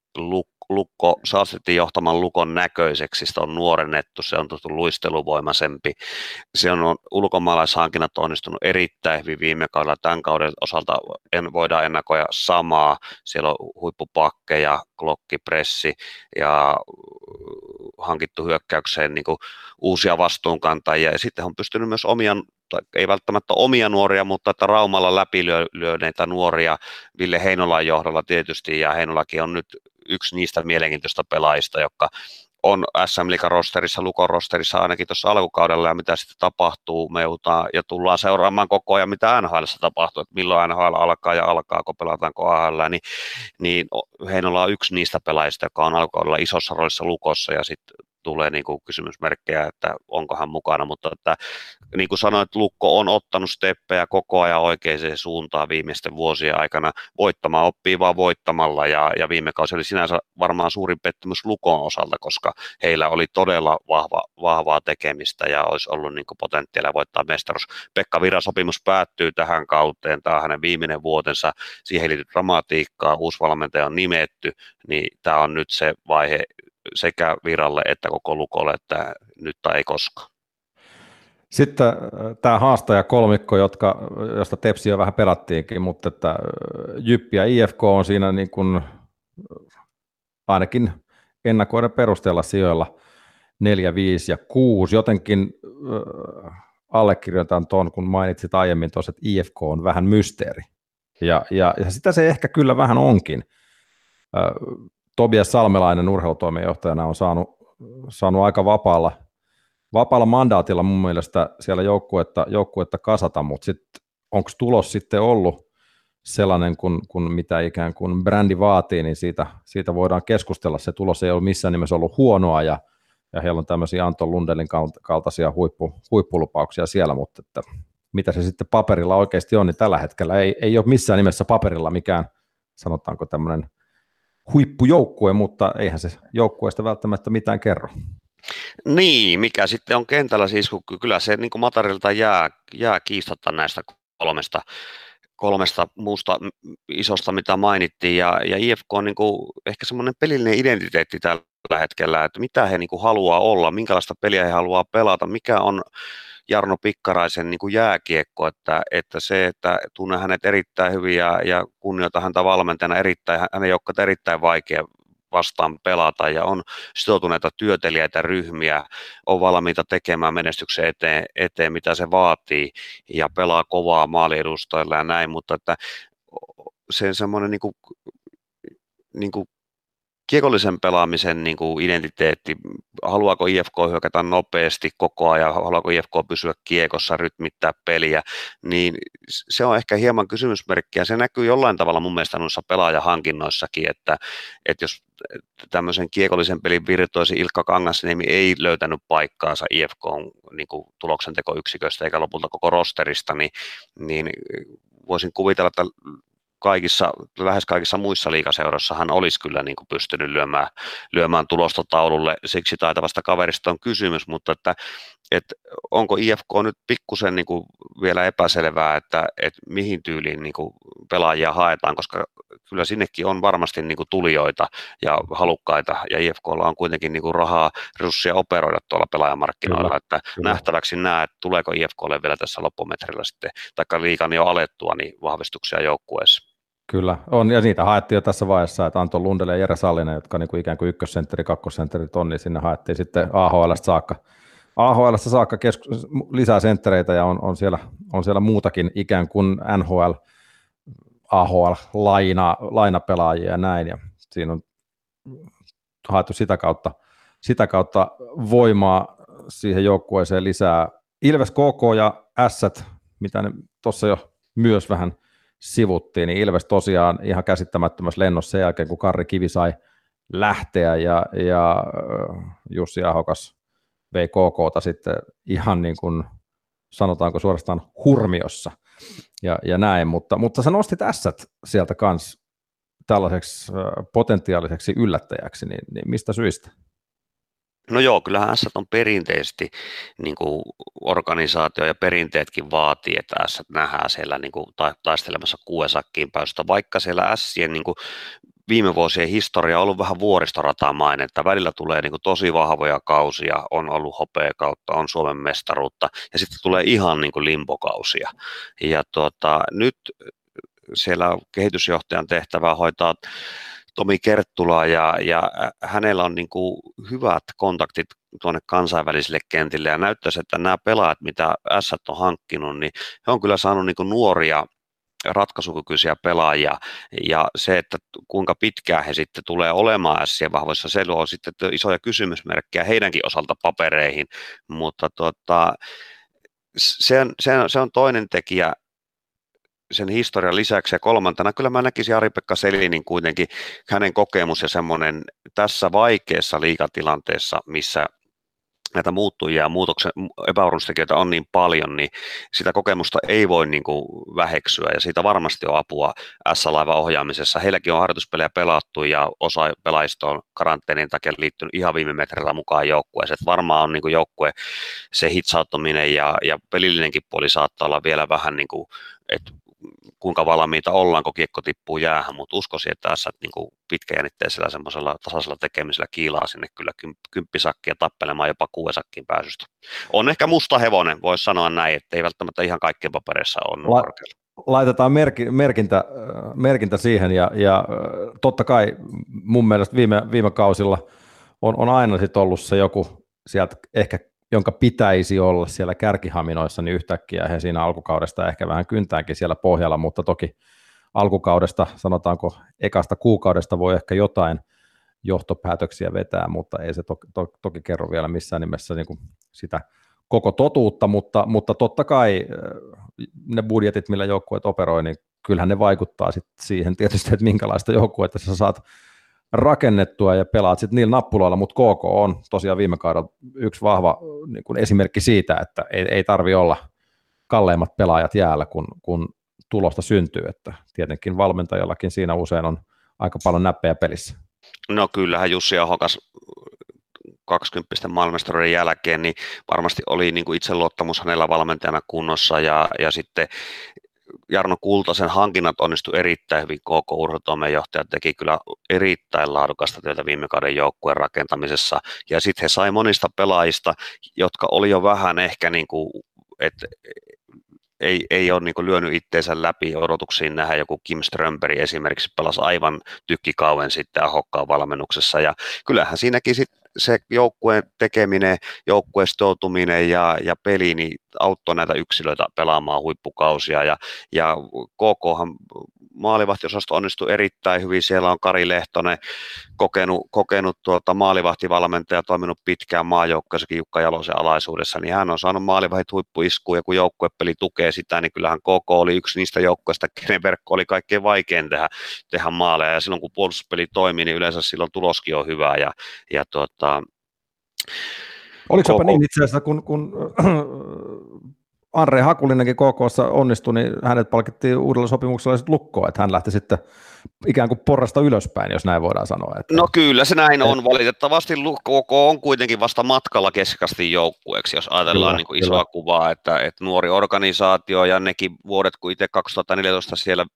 E: Sahlstedtin johtaman Lukon näköiseksi, sitä on nuorennettu, se on tullut luisteluvoimaisempi, se on ulkomaalaishankinnat onnistunut erittäin hyvin viime kaudella, tämän kauden osalta voidaan ennakoida samaa, siellä on huippupakkeja, klokkipressi ja hankittu hyökkäykseen niin kuin uusia vastuunkantajia, ja sitten on pystynyt myös ei välttämättä omia nuoria, mutta että Raumalla läpilyöneitä nuoria Ville Heinolan johdolla tietysti, ja Heinolakin on nyt yksi niistä mielenkiintoista pelaajista, jotka on SM Liigan rosterissa, Lukon rosterissa ainakin tuossa alkukaudella, ja mitä sitten tapahtuu, me joudutaan ja tullaan seuraamaan koko ajan, mitä NHL:ssä tapahtuu, että milloin NHL alkaa ja alkaako, pelataanko AHL, niin Heinola on yksi niistä pelaajista, joka on alkukaudella isossa roolissa Lukossa, ja sitten tulee niin kuin kysymysmerkkejä, että onko hän mukana, mutta että, niin kuin sanoit, Lukko on ottanut steppejä koko ajan oikeaan suuntaan viimeisten vuosien aikana. Voittamaan oppii vaan voittamalla, ja viime kausi oli sinänsä varmaan suurin pettymys Lukon osalta, koska heillä oli todella vahvaa tekemistä ja olisi ollut niin kuin potentiaalia voittaa mestaruus. Pekka Virran sopimus päättyy tähän kauteen, tämä on hänen viimeinen vuotensa, siihen liittyy dramatiikkaa, uusi valmentaja on nimetty, niin tämä on nyt se vaihe sekä Viralle että koko Lukolle, että nyt tai ei koskaan.
D: Sitten tämä haastajakolmikko, josta Tepsiä vähän pelattiinkin, mutta että Jyppi ja IFK on siinä niin kuin ainakin ennakoiden perusteella sijoilla 4, 5 ja 6. Jotenkin allekirjoitan tuon, kun mainitsit aiemmin tuossa, että IFK on vähän mysteeri. Ja sitä se ehkä kyllä vähän onkin. Tobias Salmelainen urheilutoimenjohtajana on saanut aika vapaalla mandaatilla mun mielestä siellä joukkuetta kasata, mutta sitten onko tulos sitten ollut sellainen, kun mitä ikään kuin brändi vaatii, niin siitä voidaan keskustella. Se tulos ei ole missään nimessä ollut huonoa, ja heillä on tämmöisiä Anton Lundelin kaltaisia huippulupauksia siellä, mutta että mitä se sitten paperilla oikeasti on, niin tällä hetkellä ei ole missään nimessä paperilla mikään, sanotaanko tämmöinen huippujoukkue, mutta eihän se joukkueesta välttämättä mitään kerro.
E: Niin, mikä sitten on kentällä siis, kun kyllä se niin kuin materiaalilta jää kiistatta näistä kolmesta muusta isosta, mitä mainittiin, ja IFK on niin kuin ehkä semmoinen pelillinen identiteetti tällä hetkellä, että mitä he niin kuin haluaa olla, minkälaista peliä he haluaa pelata, mikä on Jarno Pikkaraisen niin kuin jääkiekko, että se, että tunnen hänet erittäin hyvin ja kunnioitan häntä valmentajana hänen joukkueet erittäin vaikea vastaan pelata ja on sitoutuneita työtelijäitä ryhmiä, on valmiita tekemään menestyksen eteen, mitä se vaatii ja pelaa kovaa maaliedustajilla ja näin, mutta että se semmoinen niin kuin kiekollisen pelaamisen niin kuin identiteetti, haluaako IFK hyökätä nopeasti koko ajan, haluaako IFK pysyä kiekossa, rytmittää peliä, niin se on ehkä hieman kysymysmerkki, ja se näkyy jollain tavalla mun mielestä noissa pelaajahankinnoissakin, että jos tämmöisen kiekollisen pelin virtuosi Ilkka Kangasniemi ei löytänyt paikkaansa IFK niin kuin tuloksentekoyksiköstä eikä lopulta koko rosterista, niin voisin kuvitella, että lähes kaikissa muissa liigaseuroissa hän olisi kyllä niin kuin pystynyt lyömään tulosta taululle, siksi taitavasta kaverista on kysymys, mutta että onko IFK nyt pikkusen niin kuin vielä epäselvää, että mihin tyyliin niin kuin pelaajia haetaan, koska kyllä sinnekin on varmasti niin kuin tulijoita ja halukkaita, ja IFKlla on kuitenkin niin kuin rahaa, resursseja operoida tuolla pelaajamarkkinoilla, että nähtäväksi että tuleeko IFKlle vielä tässä loppumetrillä sitten, taikka liigan jo alettua, niin vahvistuksia joukkueessa.
D: Kyllä, on, ja niitä haettiin jo tässä vaiheessa, että Anton Lundelle ja Jere Sallinen, jotka niin kuin ikään kuin ykkössentteri, kakkosentterit on, niin sinne haettiin sitten AHL:sta saakka lisää senttereitä, ja on siellä muutakin ikään kuin NHL, AHL-lainapelaajia ja näin, ja siinä on haettu sitä kautta voimaa siihen joukkueeseen lisää. Ilves, KK ja Ässät, mitä ne tuossa jo myös vähän sivuttiin, niin Ilves tosiaan ihan käsittämättömässä lennossa sen jälkeen, kun Karri Kivi sai lähteä ja Jussi Ahokas vei KK:ta sitten ihan niin kuin sanotaanko suorastaan hurmiossa ja näin, mutta sä nostit Ässät sieltä kanssa tällaiseksi potentiaaliseksi yllättäjäksi, niin mistä syistä?
E: No joo, kyllähän Ässät on perinteisesti niin kuin organisaatio ja perinteetkin vaatii, että Ässät nähdään siellä niin kuin taistelemassa kuuesakkiin pääsystä, vaikka siellä Ässien niin kuin viime vuosien historia on ollut vähän vuoristoratamainen, välillä tulee niin kuin tosi vahvoja kausia, on ollut hopeakautta, on Suomen mestaruutta ja sitten tulee ihan niin kuin limbokausia. Ja nyt siellä kehitysjohtajan tehtävää hoitaa Tomi Kerttula ja hänellä on niin kuin hyvät kontaktit tuonne kansainvälisille kentille ja näyttäisi, että nämä pelaajat, mitä Ässät on hankkinut, niin he on kyllä saanut niin kuin nuoria ratkaisukykyisiä pelaajia ja se, että kuinka pitkään he sitten tulee olemaan Ässien vahvoissa, se luo sitten isoja kysymysmerkkejä heidänkin osalta papereihin, mutta se on toinen tekijä sen historian lisäksi ja kolmantena kyllä mä näkisin Jari-Pekka Selinin kuitenkin hänen kokemus ja semmoinen tässä vaikeassa liigatilanteessa, missä näitä muuttujia ja epävarmuustekijöitä on niin paljon, niin sitä kokemusta ei voi niin kuin väheksyä ja siitä varmasti on apua S-laivan ohjaamisessa. Heilläkin on harjoituspelejä pelattu ja osa pelaajista on karanteenin takia liittynyt ihan viime metrillä mukaan joukkueeseen. Varmaan on niin kuin joukkue se hitsauttaminen ja pelillinenkin puoli saattaa olla vielä vähän niin kuin, että kuinka valmiita ollaan, kun kiekko tippuu jäähän, mutta uskoisin, että tässä niin pitkäjännitteisellä semmoisella tasaisella tekemisellä kiilaa sinne kyllä kymppisakkia tappelemaan jopa kuuesakkiin pääsystä. On ehkä musta hevonen, voisi sanoa näin, että ei välttämättä ihan kaikkien papereissa ole korkealla.
D: Laitetaan merkintä siihen ja totta kai mun mielestä viime kausilla on aina sit ollut se joku sieltä ehkä jonka pitäisi olla siellä kärkihaminoissa, niin yhtäkkiä he siinä alkukaudesta ehkä vähän kyntäänkin siellä pohjalla, mutta toki alkukaudesta, sanotaanko ekasta kuukaudesta voi ehkä jotain johtopäätöksiä vetää, mutta ei se toki kerro vielä missään nimessä niin kuin sitä koko totuutta, mutta totta kai ne budjetit, millä joukkueet operoi, niin kyllähän ne vaikuttaa sit siihen tietysti, että minkälaista joukkuetta sä saat rakennettua ja pelaat sitten niillä nappuloilla, mutta KK on tosiaan viime kaudella yksi vahva niin kuin esimerkki siitä, että ei tarvi olla kalleimmat pelaajat jäällä, kun tulosta syntyy, että tietenkin valmentajallakin siinä usein on aika paljon näppejä pelissä.
E: No kyllähän Jussi Ahokas 20 maailmanmestaruuden jälkeen, niin varmasti oli niin kuin itseluottamus hänellä valmentajana kunnossa ja sitten Jarno Kultasen hankinnat onnistui erittäin hyvin, KK urheilutoimenjohtaja teki kyllä erittäin laadukasta työtä viime kauden joukkueen rakentamisessa ja sitten he sai monista pelaajista, jotka oli jo vähän ehkä niin kuin että ei ole niin kuin lyönyt itteensä läpi odotuksiin nähdä. Joku Kim Strömberg esimerkiksi pelasi aivan tykkikauen sitten Ahokkaan valmennuksessa, ja kyllähän siinäkin se joukkueen tekeminen, joukkueen sitoutuminen ja peli niin auttoi näitä yksilöitä pelaamaan huippukausia, ja KKhan maalivahtiosasto onnistui erittäin hyvin. Siellä on Kari Lehtonen, kokenut maalivahtivalmentaja, toiminut pitkään maajoukkueessakin Jukka Jalosen alaisuudessa, niin hän on saanut maalivahdit huippuiskuun, ja kun joukkuepeli tukee sitä, niin kyllähän KK oli yksi niistä joukkueista, kenen verkko oli kaikkein vaikein tehdä maaleja, ja silloin kun puolustuspeli toimii, niin yleensä silloin tuloskin on hyvä,
D: Oliko jopa niin itse asiassa, kun Andre Hakulinenkin KK:ssa onnistui, niin hänet palkittiin uudella sopimuksella sitten lukkoon, että hän lähti sitten ikään kuin porrasta ylöspäin, jos näin voidaan sanoa. Että
E: no kyllä se näin on. Valitettavasti KK on kuitenkin vasta matkalla keskikastin joukkueeksi, jos ajatellaan niin kuin isoa kuvaa, että nuori organisaatio ja nekin vuodet, kun itse 2014 siellä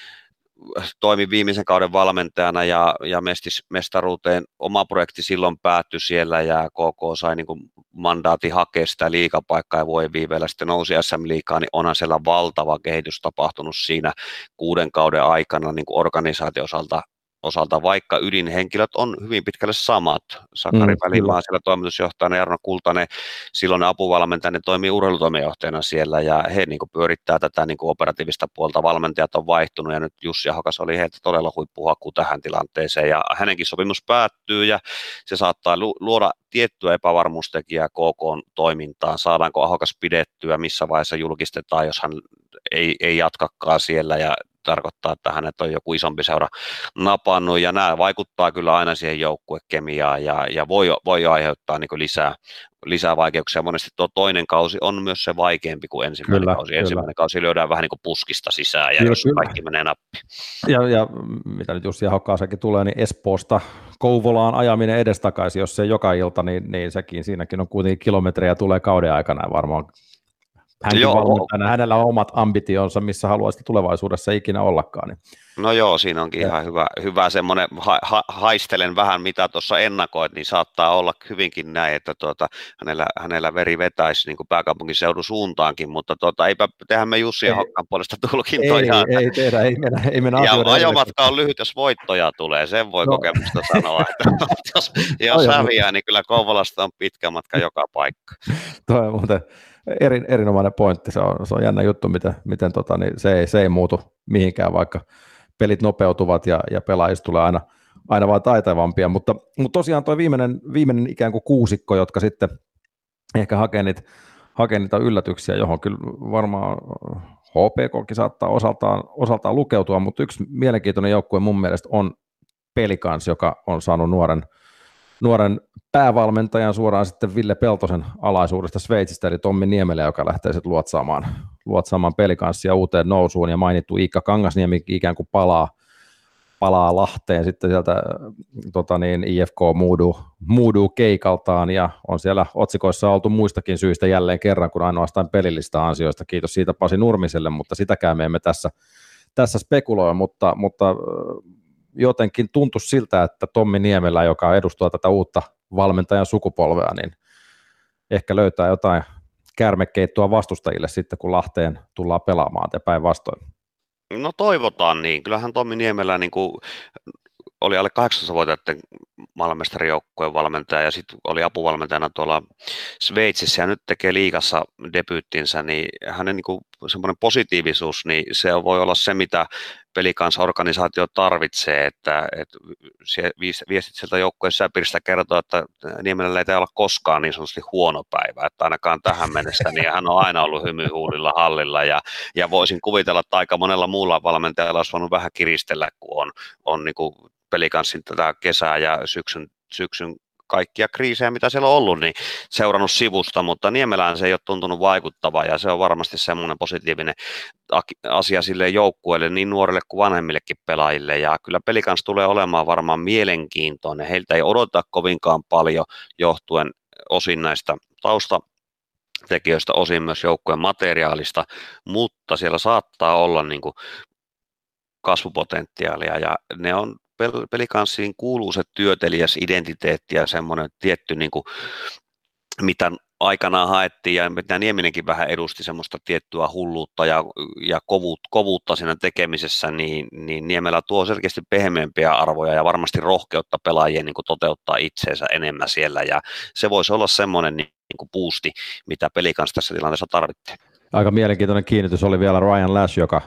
E: toimi viimeisen kauden valmentajana ja mestaruuteen oma projekti silloin päättyi siellä, ja KK sai niin kuin mandaatin hakea sitä liigapaikkaa ja vuoden viiveellä sitten nousi SM-liigaan, niin onhan siellä valtava kehitys tapahtunut siinä 6 kauden aikana niin kuin organisaatio-osalta, vaikka ydinhenkilöt on hyvin pitkälle samat. Sakari Välimaa siellä toimitusjohtajana, Jarno Kultanen, silloinen apuvalmentaja, ne toimii urheilutoimenjohtajana siellä, ja he niin kuin pyörittää tätä niin kuin operatiivista puolta. Valmentajat on vaihtunut, ja nyt Jussi Ahokas oli heiltä todella huippuhaku tähän tilanteeseen, ja hänenkin sopimus päättyy, ja se saattaa luoda tiettyä epävarmuustekijää KK-toimintaan. Saadaanko Ahokas pidettyä, missä vaiheessa julkistetaan, jos hän ei jatkakaan siellä, ja tarkoittaa, että hänet on joku isompi seura napannut, ja nämä vaikuttaa kyllä aina siihen joukkuekemiaan, ja voi aiheuttaa niin kuin lisää vaikeuksia. Monesti tuo toinen kausi on myös se vaikeampi kuin ensimmäinen kausi. Ensimmäinen kausi lyödään vähän niin kuin puskista sisään, ja jos kaikki menee nappiin.
D: Ja mitä nyt Jussi Ahokkaasekin tulee, niin Espoosta Kouvolaan ajaminen edestakaisin, jos se joka ilta, niin siinäkin on kuitenkin kilometrejä tulee kauden aikana varmaan. Hänkin valmentajana, hänellä on omat ambitionsa, missä haluaisi tulevaisuudessa ikinä ollakaan. Niin.
E: No joo, siinä onkin ihan hyvä semmoinen, haistelen vähän mitä tuossa ennakoit, niin saattaa olla hyvinkin näin, että hänellä veri vetäisi niin kuin pääkaupunkiseudun suuntaankin, mutta eipä tehdä me Jussi ja Hokkan puolesta tulkintoja.
D: Ei tehdä, ei mennä
E: ja ajomatka on lyhyt, jos voittoja tulee, sen voi kokemusta sanoa, että jos häviää, niin kyllä Kouvolasta on pitkä matka joka paikka.
D: Toi on muuten erinomainen pointti, se on jännä juttu, miten niin se ei muutu mihinkään, vaikka pelit nopeutuvat ja pelaajista tulee aina vaan taitavampia, mutta tosiaan tuo viimeinen ikään kuin kuusikko, jotka sitten ehkä hakee niitä yllätyksiä, johon kyllä varmaan HPKkin saattaa osaltaan lukeutua, mutta yksi mielenkiintoinen joukkue mun mielestä on Pelikans, joka on saanut nuoren päävalmentajan suoraan sitten Ville Peltosen alaisuudesta Sveitsistä, eli Tommi Niemelä, joka lähtee sitten luotsaamaan Pelikanssia uuteen nousuun, ja mainittu Iikka Kangasniemi ikään kuin palaa Lahteen sitten sieltä IFK Moodoo keikaltaan, ja on siellä otsikoissa oltu muistakin syistä jälleen kerran kuin ainoastaan pelillistä ansioista. Kiitos siitä Pasi Nurmiselle, mutta sitäkään me emme tässä spekuloi, mutta jotenkin tuntui siltä, että Tommi Niemelä, joka edustaa tätä uutta valmentajan sukupolvea, niin ehkä löytää jotain käärmekeittoa vastustajille sitten, kun Lahteen tullaan pelaamaan ja päinvastoin.
E: No toivotaan niin. Kyllähän Tommi Niemelä niin kuin oli alle 18-vuotiaiden maailmanmestarijoukkueen valmentaja ja sitten oli apuvalmentajana tuolla Sveitsissä ja nyt tekee liigassa debyyttinsä, niin hänen niin kuin semmoinen positiivisuus, niin se voi olla se, mitä Pelikans-organisaatio tarvitsee, että viestit sieltä joukkueen sisäpiiristä kertoo, että Niemelällä ei olla koskaan niin sanotusti huono päivä, että ainakaan tähän mennessä, niin hän on aina ollut hymyhuulilla hallilla ja voisin kuvitella, että aika monella muulla valmentajalla olisi voinut vähän kiristellä, kun on niin kuin Pelikanssin tätä kesää ja syksyn kaikkia kriisejä, mitä siellä on ollut, niin seurannut sivusta, mutta Niemelään se ei ole tuntunut vaikuttavaa ja se on varmasti semmoinen positiivinen asia sille joukkueelle, niin nuorille kuin vanhemmillekin pelaajille, ja kyllä Pelikans tulee olemaan varmaan mielenkiintoinen. Heiltä ei odota kovinkaan paljon johtuen osin näistä taustatekijöistä, osin myös joukkueen materiaalista, mutta siellä saattaa olla niin kuin kasvupotentiaalia ja ne on Pelikanssiin kuuluu se työtelijäs identiteetti ja semmoinen tietty, niin kuin, mitä aikanaan haettiin, ja mitä Nieminenkin vähän edusti semmoista tiettyä hulluutta ja kovuutta siinä tekemisessä, niin Niemelä tuo selkeästi pehmeämpiä arvoja ja varmasti rohkeutta pelaajien niin kuin toteuttaa itseensä enemmän siellä, ja se voisi olla semmoinen niin kuin boosti, mitä Pelicans tässä tilanteessa tarvittiin.
D: Aika mielenkiintoinen kiinnitys oli vielä Ryan Lash, joka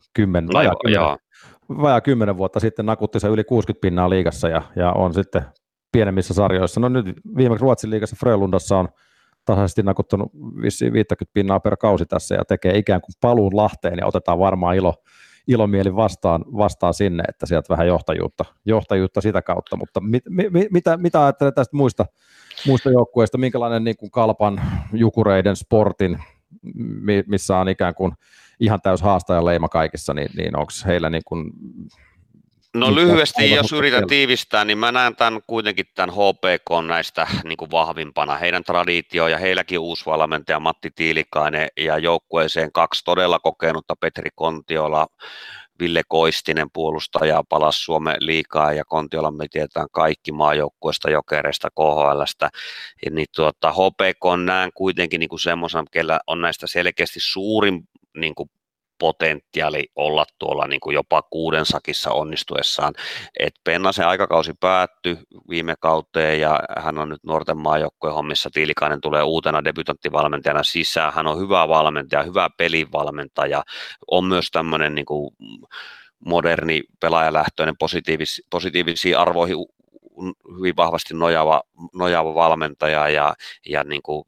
D: vajaa 10 vuotta sitten nakutti se yli 60 pinnaa liigassa ja on sitten pienemmissä sarjoissa. No nyt viimeksi Ruotsin liigassa Frölundassa on tasaisesti nakuttanut 50 pinnaa per kausi tässä ja tekee ikään kuin paluun Lahteen ja otetaan varmaan ilomieli vastaan sinne, että sieltä vähän johtajuutta sitä kautta, mutta mitä ajattelee tästä muista joukkueista, minkälainen niin kuin Kalpan, Jukureiden, Sportin, missä on ikään kuin ihan täys haastajan leima kaikissa, niin onko heillä niin kuin...
E: No lyhyesti, jos yritän tiivistää, niin mä näen kuitenkin tämän HPK näistä niin kuin vahvimpana. Heidän traditio ja heilläkin uusi valmentaja Matti Tiilikainen ja joukkueeseen 2 todella kokenutta Petri Kontiola, Ville Koistinen puolustaja palasi Suomen liigaa ja Kontiola me tiedetään kaikki maajoukkueesta, Jokereista, KHL:stä. Ja niin HPK näen kuitenkin niin semmoisen, kellä on näistä selkeästi suurin niin kuin potentiaali olla tuolla niin kuin jopa 6 sakissa onnistuessaan. Et Pennasen aikakausi päättyi viime kauteen ja hän on nyt nuorten maajoukkueen hommissa. Tiilikainen tulee uutena debutanttivalmentajana sisään. Hän on hyvä valmentaja, hyvä pelivalmentaja. On myös tämmöinen niin kuin moderni pelaajalähtöinen positiivisiin arvoihin hyvin vahvasti nojaava valmentaja ja niin kuin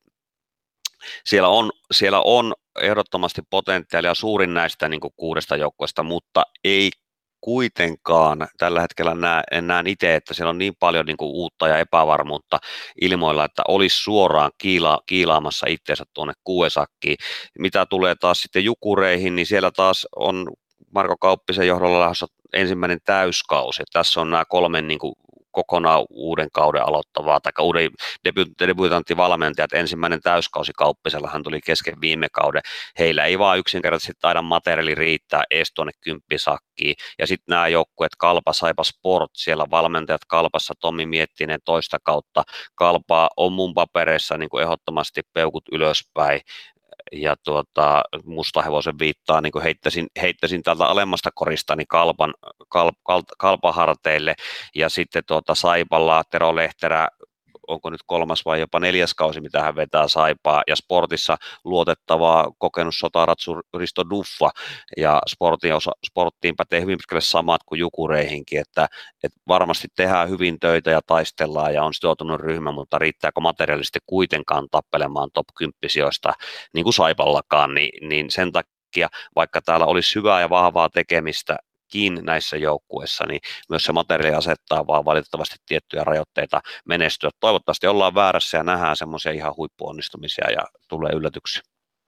E: siellä on ehdottomasti potentiaalia suurin näistä niin kuin 6 joukkueesta, mutta ei kuitenkaan tällä hetkellä näen itse, että siellä on niin paljon niin kuin uutta ja epävarmuutta ilmoilla, että olisi suoraan kiilaamassa itseensä tuonne 6 sakkiin. Mitä tulee taas sitten Jukureihin, niin siellä taas on Marko Kauppisen johdolla lähdössä ensimmäinen täyskausi. Tässä on nämä 3 niin kuin kokonaan uuden kauden aloittavaa tai uuden debutanttivalmentajat. Ensimmäinen täyskausi Kauppisella, hän tuli kesken viime kauden. Heillä ei vaan yksinkertaisesti taida materiaali riittää edes tuonne 10 sakkiin. Ja sitten nämä joukkueet Kalpa, Saipa Sport, siellä valmentajat Kalpassa, Tommi Miettinen toista kautta. Kalpa on mun papereissa niin kuin ehdottomasti peukut ylöspäin. Ja Mustahevosen viittaa, niin kuin heittäisin täältä alemmasta korista niin Kalpaharteille, ja sitten Saipalla Tero Lehterä, onko nyt 3. vai jopa 4. kausi, mitä hän vetää Saipaa, ja Sportissa luotettavaa kokenut sotaratsu Risto Duffa, ja Sporttiin pätee hyvin pitkälle samat kuin Jukureihinkin, että varmasti tehdään hyvin töitä ja taistellaan ja on sitoutunut ryhmä, mutta riittääkö materiaalisesti kuitenkaan tappelemaan top 10 sijoista, niin kuin Saipallakaan, niin sen takia, vaikka täällä olisi hyvää ja vahvaa tekemistä, näissä joukkueissa, niin myös se materiaali asettaa vaan valitettavasti tiettyjä rajoitteita menestyä. Toivottavasti ollaan väärässä ja nähdään semmoisia ihan huippuonnistumisia ja tulee yllätyksiä.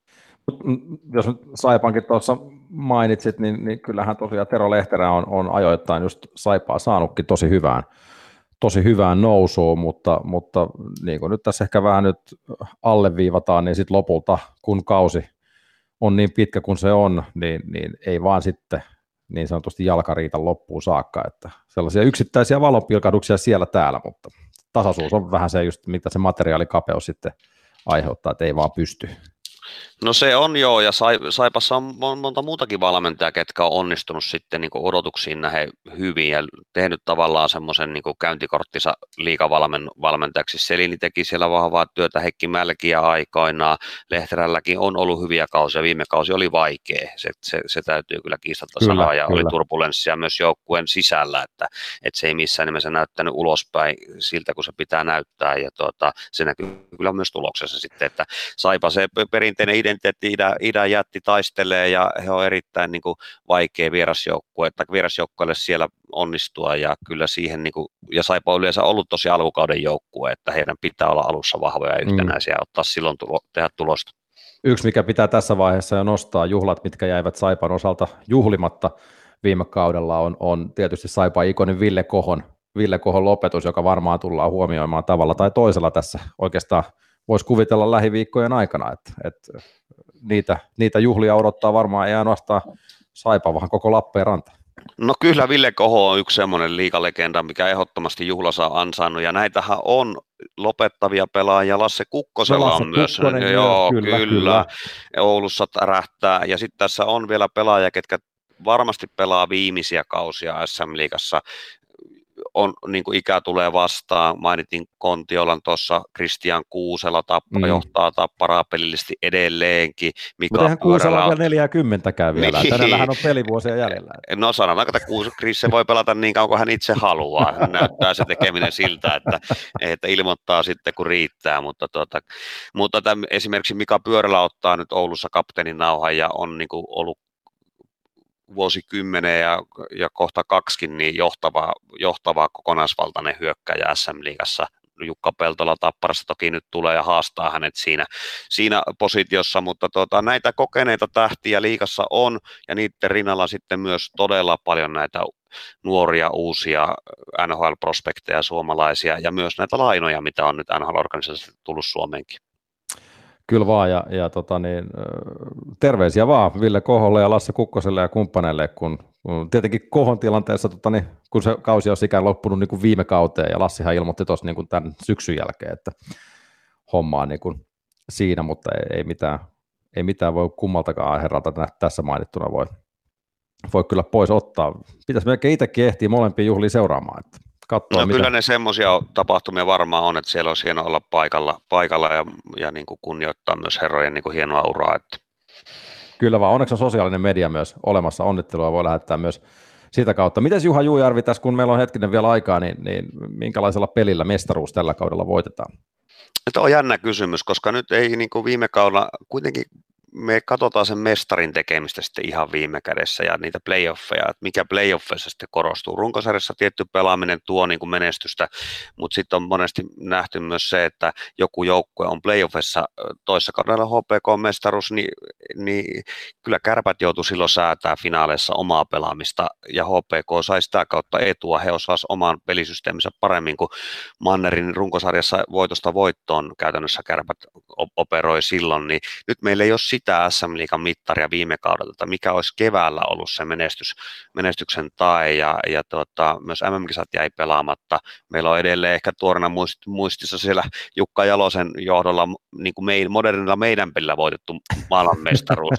D: Jos nyt Saipankin tuossa mainitsit, niin kyllähän tosiaan Tero Lehterä on ajoittain just Saipaa saanutkin tosi hyvään nousuun, mutta niin kuin nyt tässä ehkä vähän nyt alleviivataan, niin sitten lopulta, kun kausi on niin pitkä kuin se on, niin ei vaan sitten niin sanotusti jalka riitä loppuun saakka, että sellaisia yksittäisiä valonpilkahduksia siellä täällä, mutta tasaisuus on vähän se just, mitä se materiaalikapeus sitten aiheuttaa, että ei vaan pysty.
E: No se on joo, ja Saipassa on monta muutakin valmentajaa, ketkä on onnistunut sitten niin kuin odotuksiin nähden hyvin ja tehnyt tavallaan semmoisen niin kuin käyntikorttinsa liigavalmentajaksi. Selini teki siellä vahvaa työtä, Heikki Mälkiä aikoinaan, Lehterälläkin on ollut hyviä kausia, viime kausi oli vaikea, se täytyy kyllä kiistatta sanoa, ja oli turbulenssia myös joukkueen sisällä, että se ei missään nimessä näyttänyt ulospäin siltä, kun se pitää näyttää, ja se näkyy kyllä myös tuloksessa sitten, että Saipa se perinteinen identiteetti idän jätti taistelee ja he on erittäin niin kuin vaikea vierasjoukkueelle siellä onnistua ja kyllä siihen niin kuin, ja Saipa on yleensä ollut tosi alkukauden joukkue, että heidän pitää olla alussa vahvoja ja yhtenäisiä ja ottaa silloin tehdä tulosta.
D: Yksi, mikä pitää tässä vaiheessa jo nostaa, juhlat, mitkä jäivät Saipan osalta juhlimatta viime kaudella, on tietysti Saipan ikonin Ville Kohon lopetus, joka varmaan tullaan huomioimaan tavalla tai toisella tässä oikeastaan. Voisi kuvitella lähiviikkojen aikana, että niitä juhlia odottaa varmaan ei ainoastaan Saipa, vaan koko Lappeenranta.
E: No kyllä Ville Koho on yksi semmoinen liigalegenda, mikä ehdottomasti juhlansa on ansainnut, ja näitähän on lopettavia pelaajia. Lasse Kukkosella
D: Lasse
E: on myös.
D: Kukkonen
E: Joo,
D: myös,
E: kyllä. Oulussa tärähtää. Ja sitten tässä on vielä pelaajia, ketkä varmasti pelaa viimeisiä kausia SM-liigassa. On, niin kuin ikä tulee vastaan, mainitin Kontiolan tuossa, Kristian Kuusela johtaa Tapparaa pelillisesti edelleenkin.
D: Mutta eihän Kuusela vielä 40 vielä, niin. Hänellähän on pelivuosia jäljellä.
E: No sanotaan, että Chris voi pelata niin kauan kuin hän itse haluaa. Näyttää se tekeminen siltä, että ilmoittaa sitten kun riittää, mutta esimerkiksi Mika Pyörälä ottaa nyt Oulussa kapteenin nauhan ja on niin kuin ollut vuosikymmenen ja kohta 2 niin johtava kokonaisvaltainen hyökkäjä SM-liigassa. Jukka Peltola Tapparassa toki nyt tulee ja haastaa hänet siinä positiossa, mutta näitä kokeneita tähtiä liigassa on, ja niiden rinnalla sitten myös todella paljon näitä nuoria, uusia NHL-prospekteja suomalaisia, ja myös näitä lainoja, mitä on nyt NHL-organisaatiosta tullut Suomeenkin.
D: Kyllä vaan, ja terveisiä vaan Ville Koholle ja Lasse Kukkoselle ja kumppaneille, kun tietenkin Kohon tilanteessa, kun se kausi on ikään loppunut niin kuin viime kauteen, ja Lassihan ilmoitti tuossa niin kuin tämän syksyn jälkeen, että hommaa niin kuin siinä, mutta ei mitään voi kummaltakaan herralta tässä mainittuna voi kyllä pois ottaa. Pitäisi melkein itsekin ehtiä molempia juhlia seuraamaan, että katsoa,
E: kyllä ne semmoisia tapahtumia varmaan on, että siellä olisi hienoa olla paikalla ja niin kuin kunnioittaa myös herrojen niin kuin hienoa uraa. Että.
D: Kyllä vaan, onneksi on sosiaalinen media myös olemassa, onnittelua voi lähettää myös sitä kautta. Mites Juha Juujärvi tässä, kun meillä on hetkinen vielä aikaa, niin minkälaisella pelillä mestaruus tällä kaudella voitetaan?
E: Tämä on jännä kysymys, koska nyt ei niin kuin viime kaudella kuitenkin me katsotaan sen mestarin tekemistä sitten ihan viime kädessä ja niitä playoffeja, että mikä playoffeissa sitten korostuu. Runkosarjassa tietty pelaaminen tuo niin kuin menestystä, mutta sitten on monesti nähty myös se, että joku joukkue on playoffissa toissa kaudella HPK-mestaruus, niin kyllä Kärpät joutui silloin säätää finaaleissa omaa pelaamista ja HPK sai sitä kautta etua. He osasivat oman pelisysteeminsä paremmin kuin Mannerin runkosarjassa voitosta voittoon käytännössä Kärpät operoi silloin, niin nyt meillä ei ole sitä SM-liigan mittaria viime kaudelta, mikä olisi keväällä ollut se menestyksen tae ja myös MM-kisat jäi pelaamatta. Meillä on edelleen ehkä tuorena muistissa siellä Jukka Jalosen johdolla niin kuin modernilla meidän pelillä voitettu maailmanmestaruus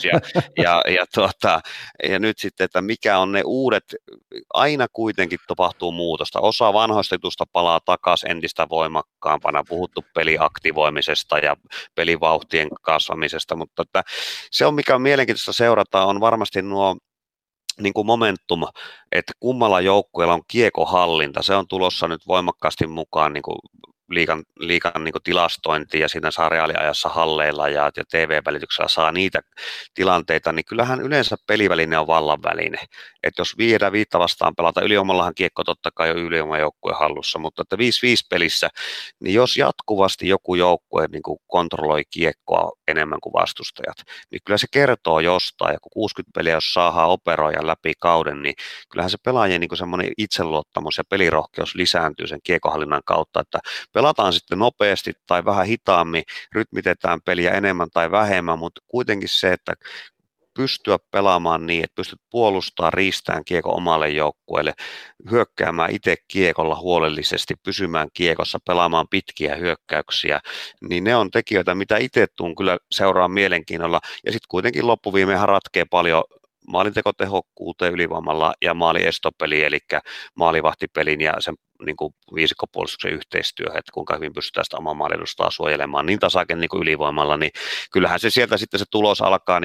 E: ja nyt sitten, että mikä on ne uudet, aina kuitenkin tapahtuu muutosta. Osa vanhoista jutusta palaa takaisin entistä voimakkaampana, puhuttu peliaktivoimisesta ja pelivauhtien kasvamisesta, mutta että se on mikä on mielenkiintoista seurata on varmasti nuo niin kuin momentum, että kummalla joukkueella on kiekohallinta, se on tulossa nyt voimakkaasti mukaan niin kuin liigan niin kuin tilastointi ja siinä saa reaaliajassa halleilla ja TV-välityksellä saa niitä tilanteita, niin kyllähän yleensä peliväline on vallanväline. Että jos 5 vastaan pelata, ylivoimallahan kiekko totta kai on ylivoimajoukkueen hallussa, mutta että 5-5 pelissä, niin jos jatkuvasti joku joukkue niin kuin kontrolloi kiekkoa enemmän kuin vastustajat, niin kyllä se kertoo jostain, ja kun 60 peliä jos saadaan operoida läpi kauden, niin kyllähän se pelaajien niin kuin semmoinen itseluottamus ja pelirohkeus lisääntyy sen kiekohallinnan kautta, että pelataan sitten nopeasti tai vähän hitaammin, rytmitetään peliä enemmän tai vähemmän, mutta kuitenkin se, että pystyä pelaamaan niin, että pystyt puolustamaan, riistämään kiekko omalle joukkueelle, hyökkäämään itse kiekolla huolellisesti, pysymään kiekossa, pelaamaan pitkiä hyökkäyksiä, niin ne on tekijöitä, mitä itse tuun kyllä seuraamaan mielenkiinnolla, ja sitten kuitenkin loppuviimeinhän ratkee paljon maalintekotehokkuuteen ylivoimalla ja maaliestopeliin, eli maalivahtipelin ja sen niin kuin viisikkopuolustuksen yhteistyöhön, että kuinka hyvin pystytään sitä omaa maaliedustaa suojelemaan niin tasakin niin kuin ylivoimalla, niin kyllähän se sieltä sitten se tulos alkaa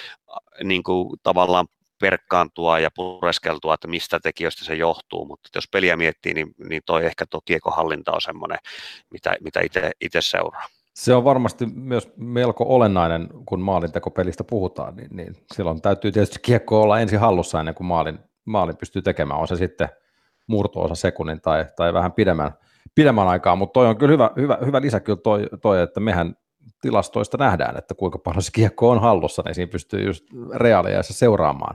E: niin kuin tavallaan perkkaantua ja pureskeltua, että mistä tekijöistä se johtuu, mutta jos peliä miettii, niin ehkä tuo kiekohallinta on semmoinen, mitä itse seuraa.
D: Se on varmasti myös melko olennainen, kun maalintekopelistä puhutaan, niin silloin täytyy tietysti kiekko olla ensin hallussa ennen kuin maalin pystyy tekemään, on se sitten murto-osa sekunnin tai vähän pidemmän aikaa, mutta toi on kyllä hyvä lisä kyllä toi, että mehän tilastoista nähdään, että kuinka paljon se kiekko on hallussa, niin siinä pystyy just reaaliajassa seuraamaan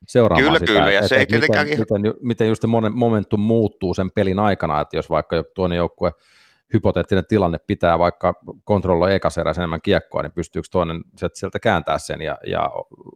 E: kyllä, ja se ei
D: miten just se momentum muuttuu sen pelin aikana, että jos vaikka toinen joukkue hypoteettinen tilanne pitää vaikka kontrolloi ekaserässä enemmän kiekkoa, niin pystyykö toinen sieltä kääntää sen ja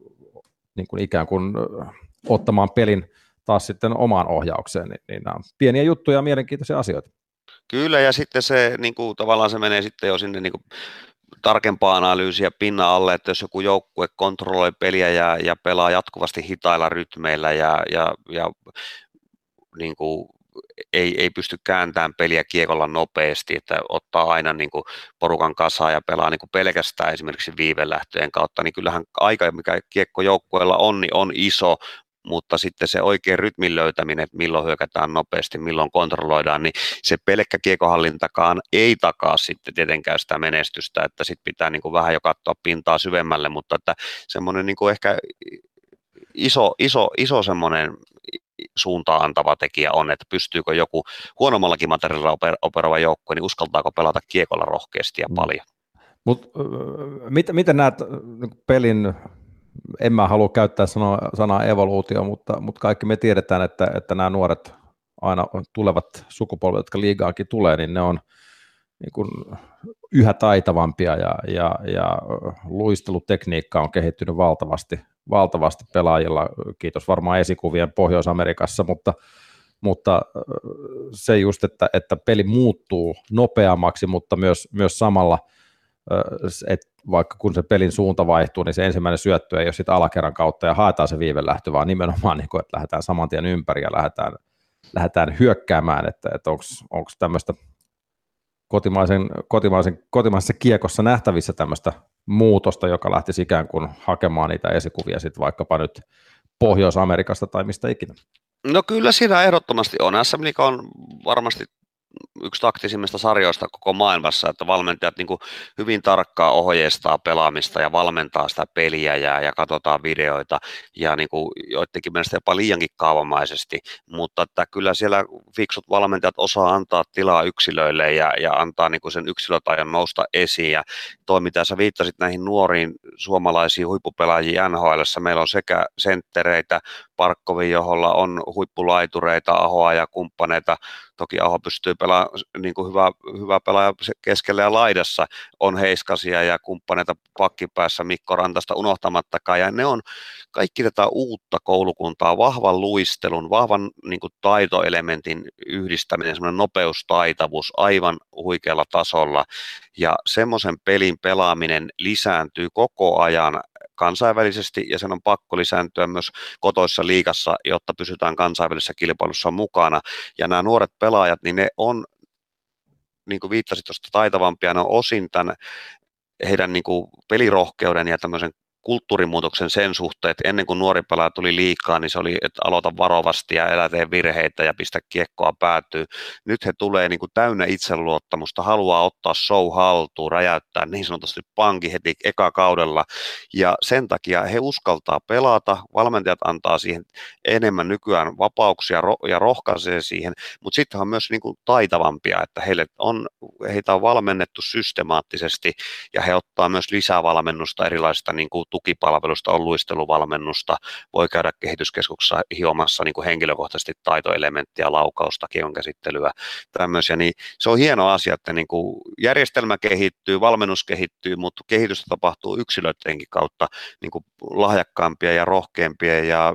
D: niin kuin ikään kuin ottamaan pelin taas sitten omaan ohjaukseen, niin nämä on pieniä juttuja ja mielenkiintoisia asioita.
E: Kyllä, ja sitten se niin kuin, tavallaan se menee sitten jo sinne niin kuin, tarkempaa analyysiä pinnan alle, että jos joku joukkue kontrolloi peliä ja pelaa jatkuvasti hitailla rytmeillä ja niin kuin, ei pysty kääntämään peliä kiekolla nopeasti, että ottaa aina niin kuin porukan kasaan ja pelaa niin kuin pelkästään esimerkiksi viivelähtöjen kautta, niin kyllähän aika, mikä kiekkojoukkueella on, niin on iso, mutta sitten se oikein rytmin löytäminen, että milloin hyökätään nopeasti, milloin kontrolloidaan, niin se pelkkä kiekohallintakaan ei takaa sitten tietenkään sitä menestystä, että sitten pitää niin kuin vähän jo katsoa pintaa syvemmälle, mutta että semmoinen niin kuin ehkä iso semmoinen suuntaan antava tekijä on, että pystyykö joku huonommallakin materiaalilla operoiva joukkue, niin uskaltaako pelata kiekolla rohkeasti ja paljon.
D: Mutta miten näet pelin, en mä halua käyttää sanaa evoluutio, mutta kaikki me tiedetään, että nämä nuoret aina tulevat sukupolvet, jotka liigaakin tulee, niin ne on niin kuin yhä taitavampia ja luistelutekniikka on kehittynyt valtavasti pelaajilla, kiitos varmaan esikuvien Pohjois-Amerikassa, mutta se just, että peli muuttuu nopeammaksi, mutta myös samalla, että vaikka kun se pelin suunta vaihtuu, niin se ensimmäinen syöttö ei ole sitten alakerran kautta ja haetaan se viivelähtö, vaan nimenomaan, niin kuin, että lähdetään saman tien ympäri ja lähdetään hyökkäämään, että onko tämmöistä kotimaisessa kiekossa nähtävissä tämmöistä muutosta, joka lähtisi ikään kuin hakemaan niitä esikuvia sitten vaikkapa nyt Pohjois-Amerikasta tai mistä ikinä?
E: No kyllä siinä ehdottomasti on. SM Liiga on varmasti yksi taktisimmista sarjoista koko maailmassa, että valmentajat niin kuin hyvin tarkkaan ohjeistaa pelaamista ja valmentaa sitä peliä ja katsotaan videoita ja niin kuin joidenkin mielestä jopa liiankin kaavamaisesti, mutta että kyllä siellä fiksut valmentajat osaa antaa tilaa yksilöille ja antaa niin kuin sen yksilötajan nousta esiin ja toi mitä sä viittasit näihin nuoriin suomalaisiin huippupelaajiin NHL:ssä, meillä on sekä senttereitä, Parkkovin joholla on huippulaitureita, Ahoa ja kumppaneita. Toki Aho pystyy pelaamaan niin kuin hyvä pelaaja keskellä ja laidassa, on Heiskasia ja kumppaneita pakkipäässä Mikko Rantasta unohtamattakaan. Ja ne on kaikki tätä uutta koulukuntaa, vahvan luistelun, vahvan niin kuin taitoelementin yhdistäminen, semmoinen nopeustaitavuus aivan huikealla tasolla. Ja semmoisen pelin pelaaminen lisääntyy koko ajan kansainvälisesti ja sen on pakko lisääntyä myös kotoissa liigassa, jotta pysytään kansainvälisessä kilpailussa mukana. Ja nämä nuoret pelaajat, niin ne on, niin kuin viittasit tuosta taitavampia, ne on osin tämän heidän niin kuin pelirohkeuden ja tämmöisen kulttuurimuutoksen sen suhteen, että ennen kuin nuori pelaaja tuli liikaa, niin se oli, että aloita varovasti ja älä tee virheitä ja pistä kiekkoa päätyy. Nyt he tulee niin kuin täynnä itseluottamusta, haluaa ottaa show haltuun, räjäyttää niin sanotusti panki heti eka kaudella ja sen takia he uskaltaa pelata, valmentajat antaa siihen enemmän nykyään vapauksia ja rohkaisee siihen, mutta sitten on myös niin kuin taitavampia, että heitä on valmennettu systemaattisesti ja he ottaa myös lisävalmennusta erilaisista niin kuin tukipalvelusta, on luisteluvalmennusta, voi käydä kehityskeskuksessa hiomassa niin kuin henkilökohtaisesti taitoelementtiä, laukausta, kiekon käsittelyä, tämmöisiä, niin se on hieno asia, että niin kuin järjestelmä kehittyy, valmennus kehittyy, mutta kehitystä tapahtuu yksilöidenkin kautta niin kuin lahjakkaampia ja rohkeampia ja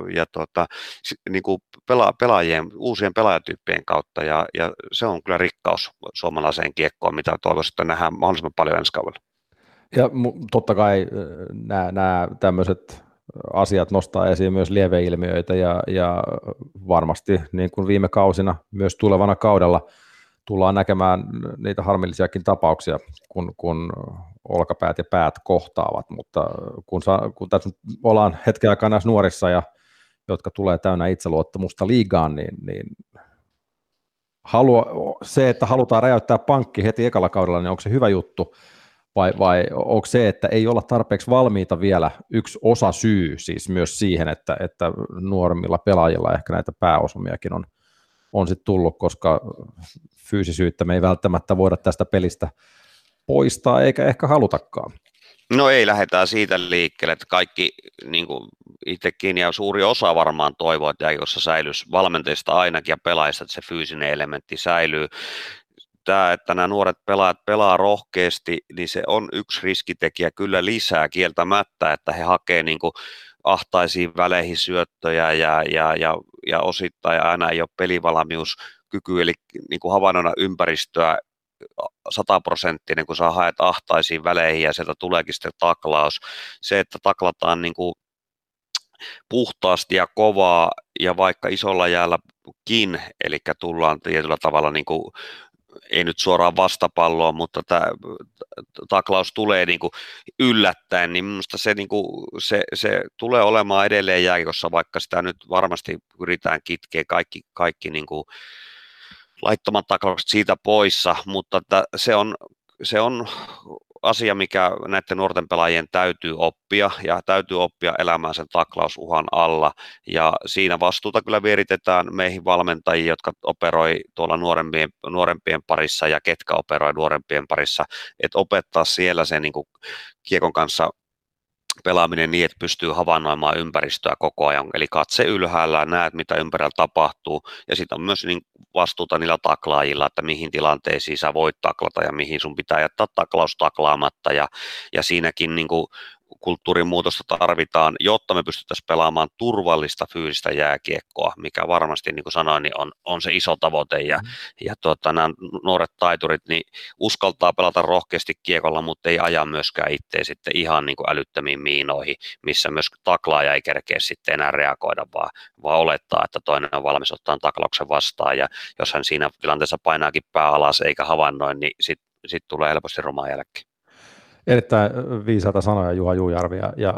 E: niin kuin pelaajien, uusien pelaajatyyppien kautta ja se on kyllä rikkaus suomalaiseen kiekkoon, mitä toivoisin, että nähdään mahdollisimman paljon ensi kaudella.
D: Ja totta kai nämä tämmöiset asiat nostaa esiin myös lieveilmiöitä ja varmasti niin kuin viime kausina myös tulevana kaudella tullaan näkemään niitä harmillisiakin tapauksia, kun olkapäät ja päät kohtaavat, mutta kun tässä ollaan hetken aikaa näissä nuorissa, jotka tulee täynnä itseluottamusta liigaan, niin se, että halutaan räjäyttää pankki heti ekalla kaudella, niin onko se hyvä juttu? Vai onko se, että ei olla tarpeeksi valmiita vielä yksi osa syy siis myös siihen, että nuoremmilla pelaajilla ehkä näitä pääosumiakin on sitten tullut, koska fyysisyyttä me ei välttämättä voida tästä pelistä poistaa eikä ehkä halutakaan.
E: No ei, lähdetään siitä liikkeelle, että kaikki niin kuin itsekin ja suuri osa varmaan toivoo, että jääkiekossa säilyisi valmentajista ainakin ja pelaajista, että se fyysinen elementti säilyy. Tämä, että nämä nuoret pelaajat pelaa rohkeasti, niin se on yksi riskitekijä kyllä lisää kieltämättä, että he hakee niin kuin ahtaisiin väleihin syöttöjä ja osittain aina ei ole pelivalmius kyky, eli niin kuin havainnoida ympäristöä 100%, kun sä haet ahtaisiin väleihin ja sieltä tuleekin sitten taklaus. Se, että taklataan niin kuin puhtaasti ja kovaa ja vaikka isolla jäälläkin, eli tullaan tietyllä tavalla niin kuin, ei nyt suoraan vastapalloon, mutta tämä taklaus tulee niin kuin yllättäen, niin minusta se, niin kuin, se tulee olemaan edelleen jääkiekossa, vaikka sitä nyt varmasti pyritään kitkeä kaikki niin kuin laittomat taklaukset siitä poissa, mutta se on asia, mikä näiden nuorten pelaajien täytyy oppia ja täytyy oppia elämään sen taklausuhan alla ja siinä vastuuta kyllä vieritetään meihin valmentajiin, jotka operoi tuolla nuorempien parissa ja ketkä operoi nuorempien parissa, että opettaa siellä sen niin kuin kiekon kanssa pelaaminen niin, että pystyy havainnoimaan ympäristöä koko ajan, eli katse ylhäällä, näet mitä ympärillä tapahtuu, ja sitten on myös niin vastuuta niillä taklaajilla, että mihin tilanteisiin sä voit taklata ja mihin sun pitää jättää taklaus taklaamatta, ja siinäkin niin kuin kulttuurin muutosta tarvitaan, jotta me pystyttäisiin pelaamaan turvallista fyysistä jääkiekkoa, mikä varmasti, niin kuin sanoin, niin on se iso tavoite, ja nämä nuoret taiturit niin uskaltaa pelata rohkeasti kiekolla, mutta ei aja myöskään itseä sitten ihan niin kuin älyttömiin miinoihin, missä myös taklaaja ei kerkeä sitten enää reagoida, vaan olettaa, että toinen on valmis ottaa taklauksen vastaan, ja jos hän siinä tilanteessa painaakin pää alas eikä havainnoi, niin sitten tulee helposti rumaa jälkeen.
D: Erittäin viisaita sanoja Juha Juujärvi ja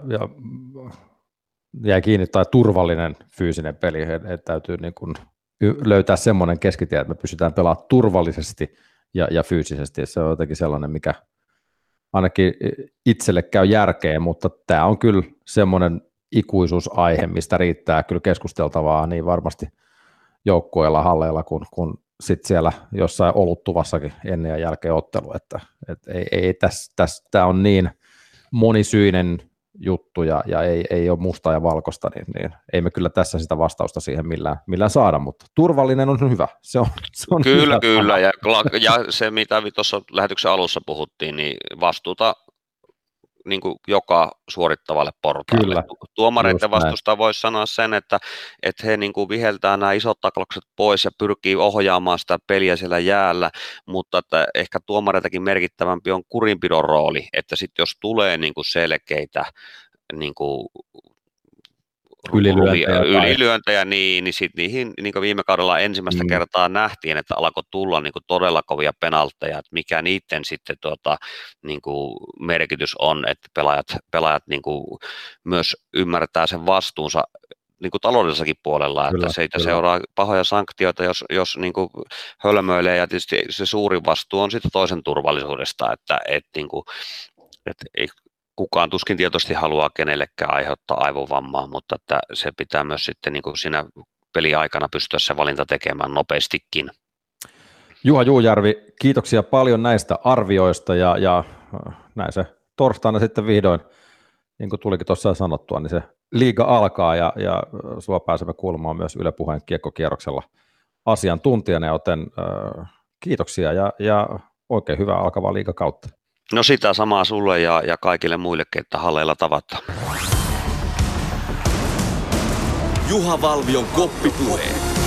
D: jäi kiinni tai turvallinen fyysinen peli, että täytyy niin kuin löytää semmoinen keskitie, että me pystytään pelaamaan turvallisesti ja fyysisesti. Se on jotenkin sellainen, mikä ainakin itselle käy järkeen, mutta tämä on kyllä semmoinen ikuisuusaihe, mistä riittää kyllä keskusteltavaa niin varmasti joukkueilla, halleilla kuin sitten siellä jossain oluttuvassakin ennen ja jälkeen ottelu, että ei tämä on niin monisyinen juttu ja ei ole musta ja valkoista, niin ei me kyllä tässä sitä vastausta siihen millään saada, mutta turvallinen on hyvä. Se on
E: kyllä,
D: hyvä.
E: Kyllä, ja se mitä tuossa lähetyksen alussa puhuttiin, niin vastuuta niin kuin joka suorittavalle portaalle.
D: Kyllä.
E: Tuomareiden vastusta voisi sanoa sen, että he niin kuin viheltää nämä isot taklaukset pois ja pyrkii ohjaamaan sitä peliä siellä jäällä, mutta että ehkä tuomareitakin merkittävämpi on kurinpidon rooli, että sitten jos tulee niin kuin selkeitä niin kuin ylilyöntejä niin sitten niihin niin kuin viime kaudella ensimmäistä kertaa nähtiin, että alkoi tulla niin kuin todella kovia penaltteja, että mikä niiden sitten niin kuin merkitys on, että pelaajat niin kuin myös ymmärtää sen vastuunsa niin kuin taloudellisellakin puolella, kyllä, että siitä seuraa pahoja sanktioita, jos niin kuin hölmöilee, ja tietysti se suurin vastuu on sitten toisen turvallisuudesta, että niin kuin, kukaan tuskin tietoisesti haluaa kenellekään aiheuttaa aivovammaa, mutta että se pitää myös sitten niin kuin siinä peliaikana pystyä se valinta tekemään nopeastikin.
D: Juha Juujärvi, kiitoksia paljon näistä arvioista ja näin se torstaina sitten vihdoin, niin kuin tulikin tuossa sanottua, niin se liiga alkaa ja sua pääsemme kuulemaan myös Yle Puheen kiekkokierroksella asiantuntijana, joten kiitoksia ja oikein hyvää alkavaa liigakautta.
E: No sitä samaa sulle ja kaikille muillekin, että halleilla tavataan.
B: Juha Valvion koppipuhe.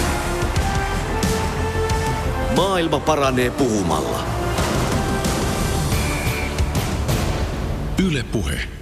B: Maailma paranee puhumalla.
C: Yle Puhe.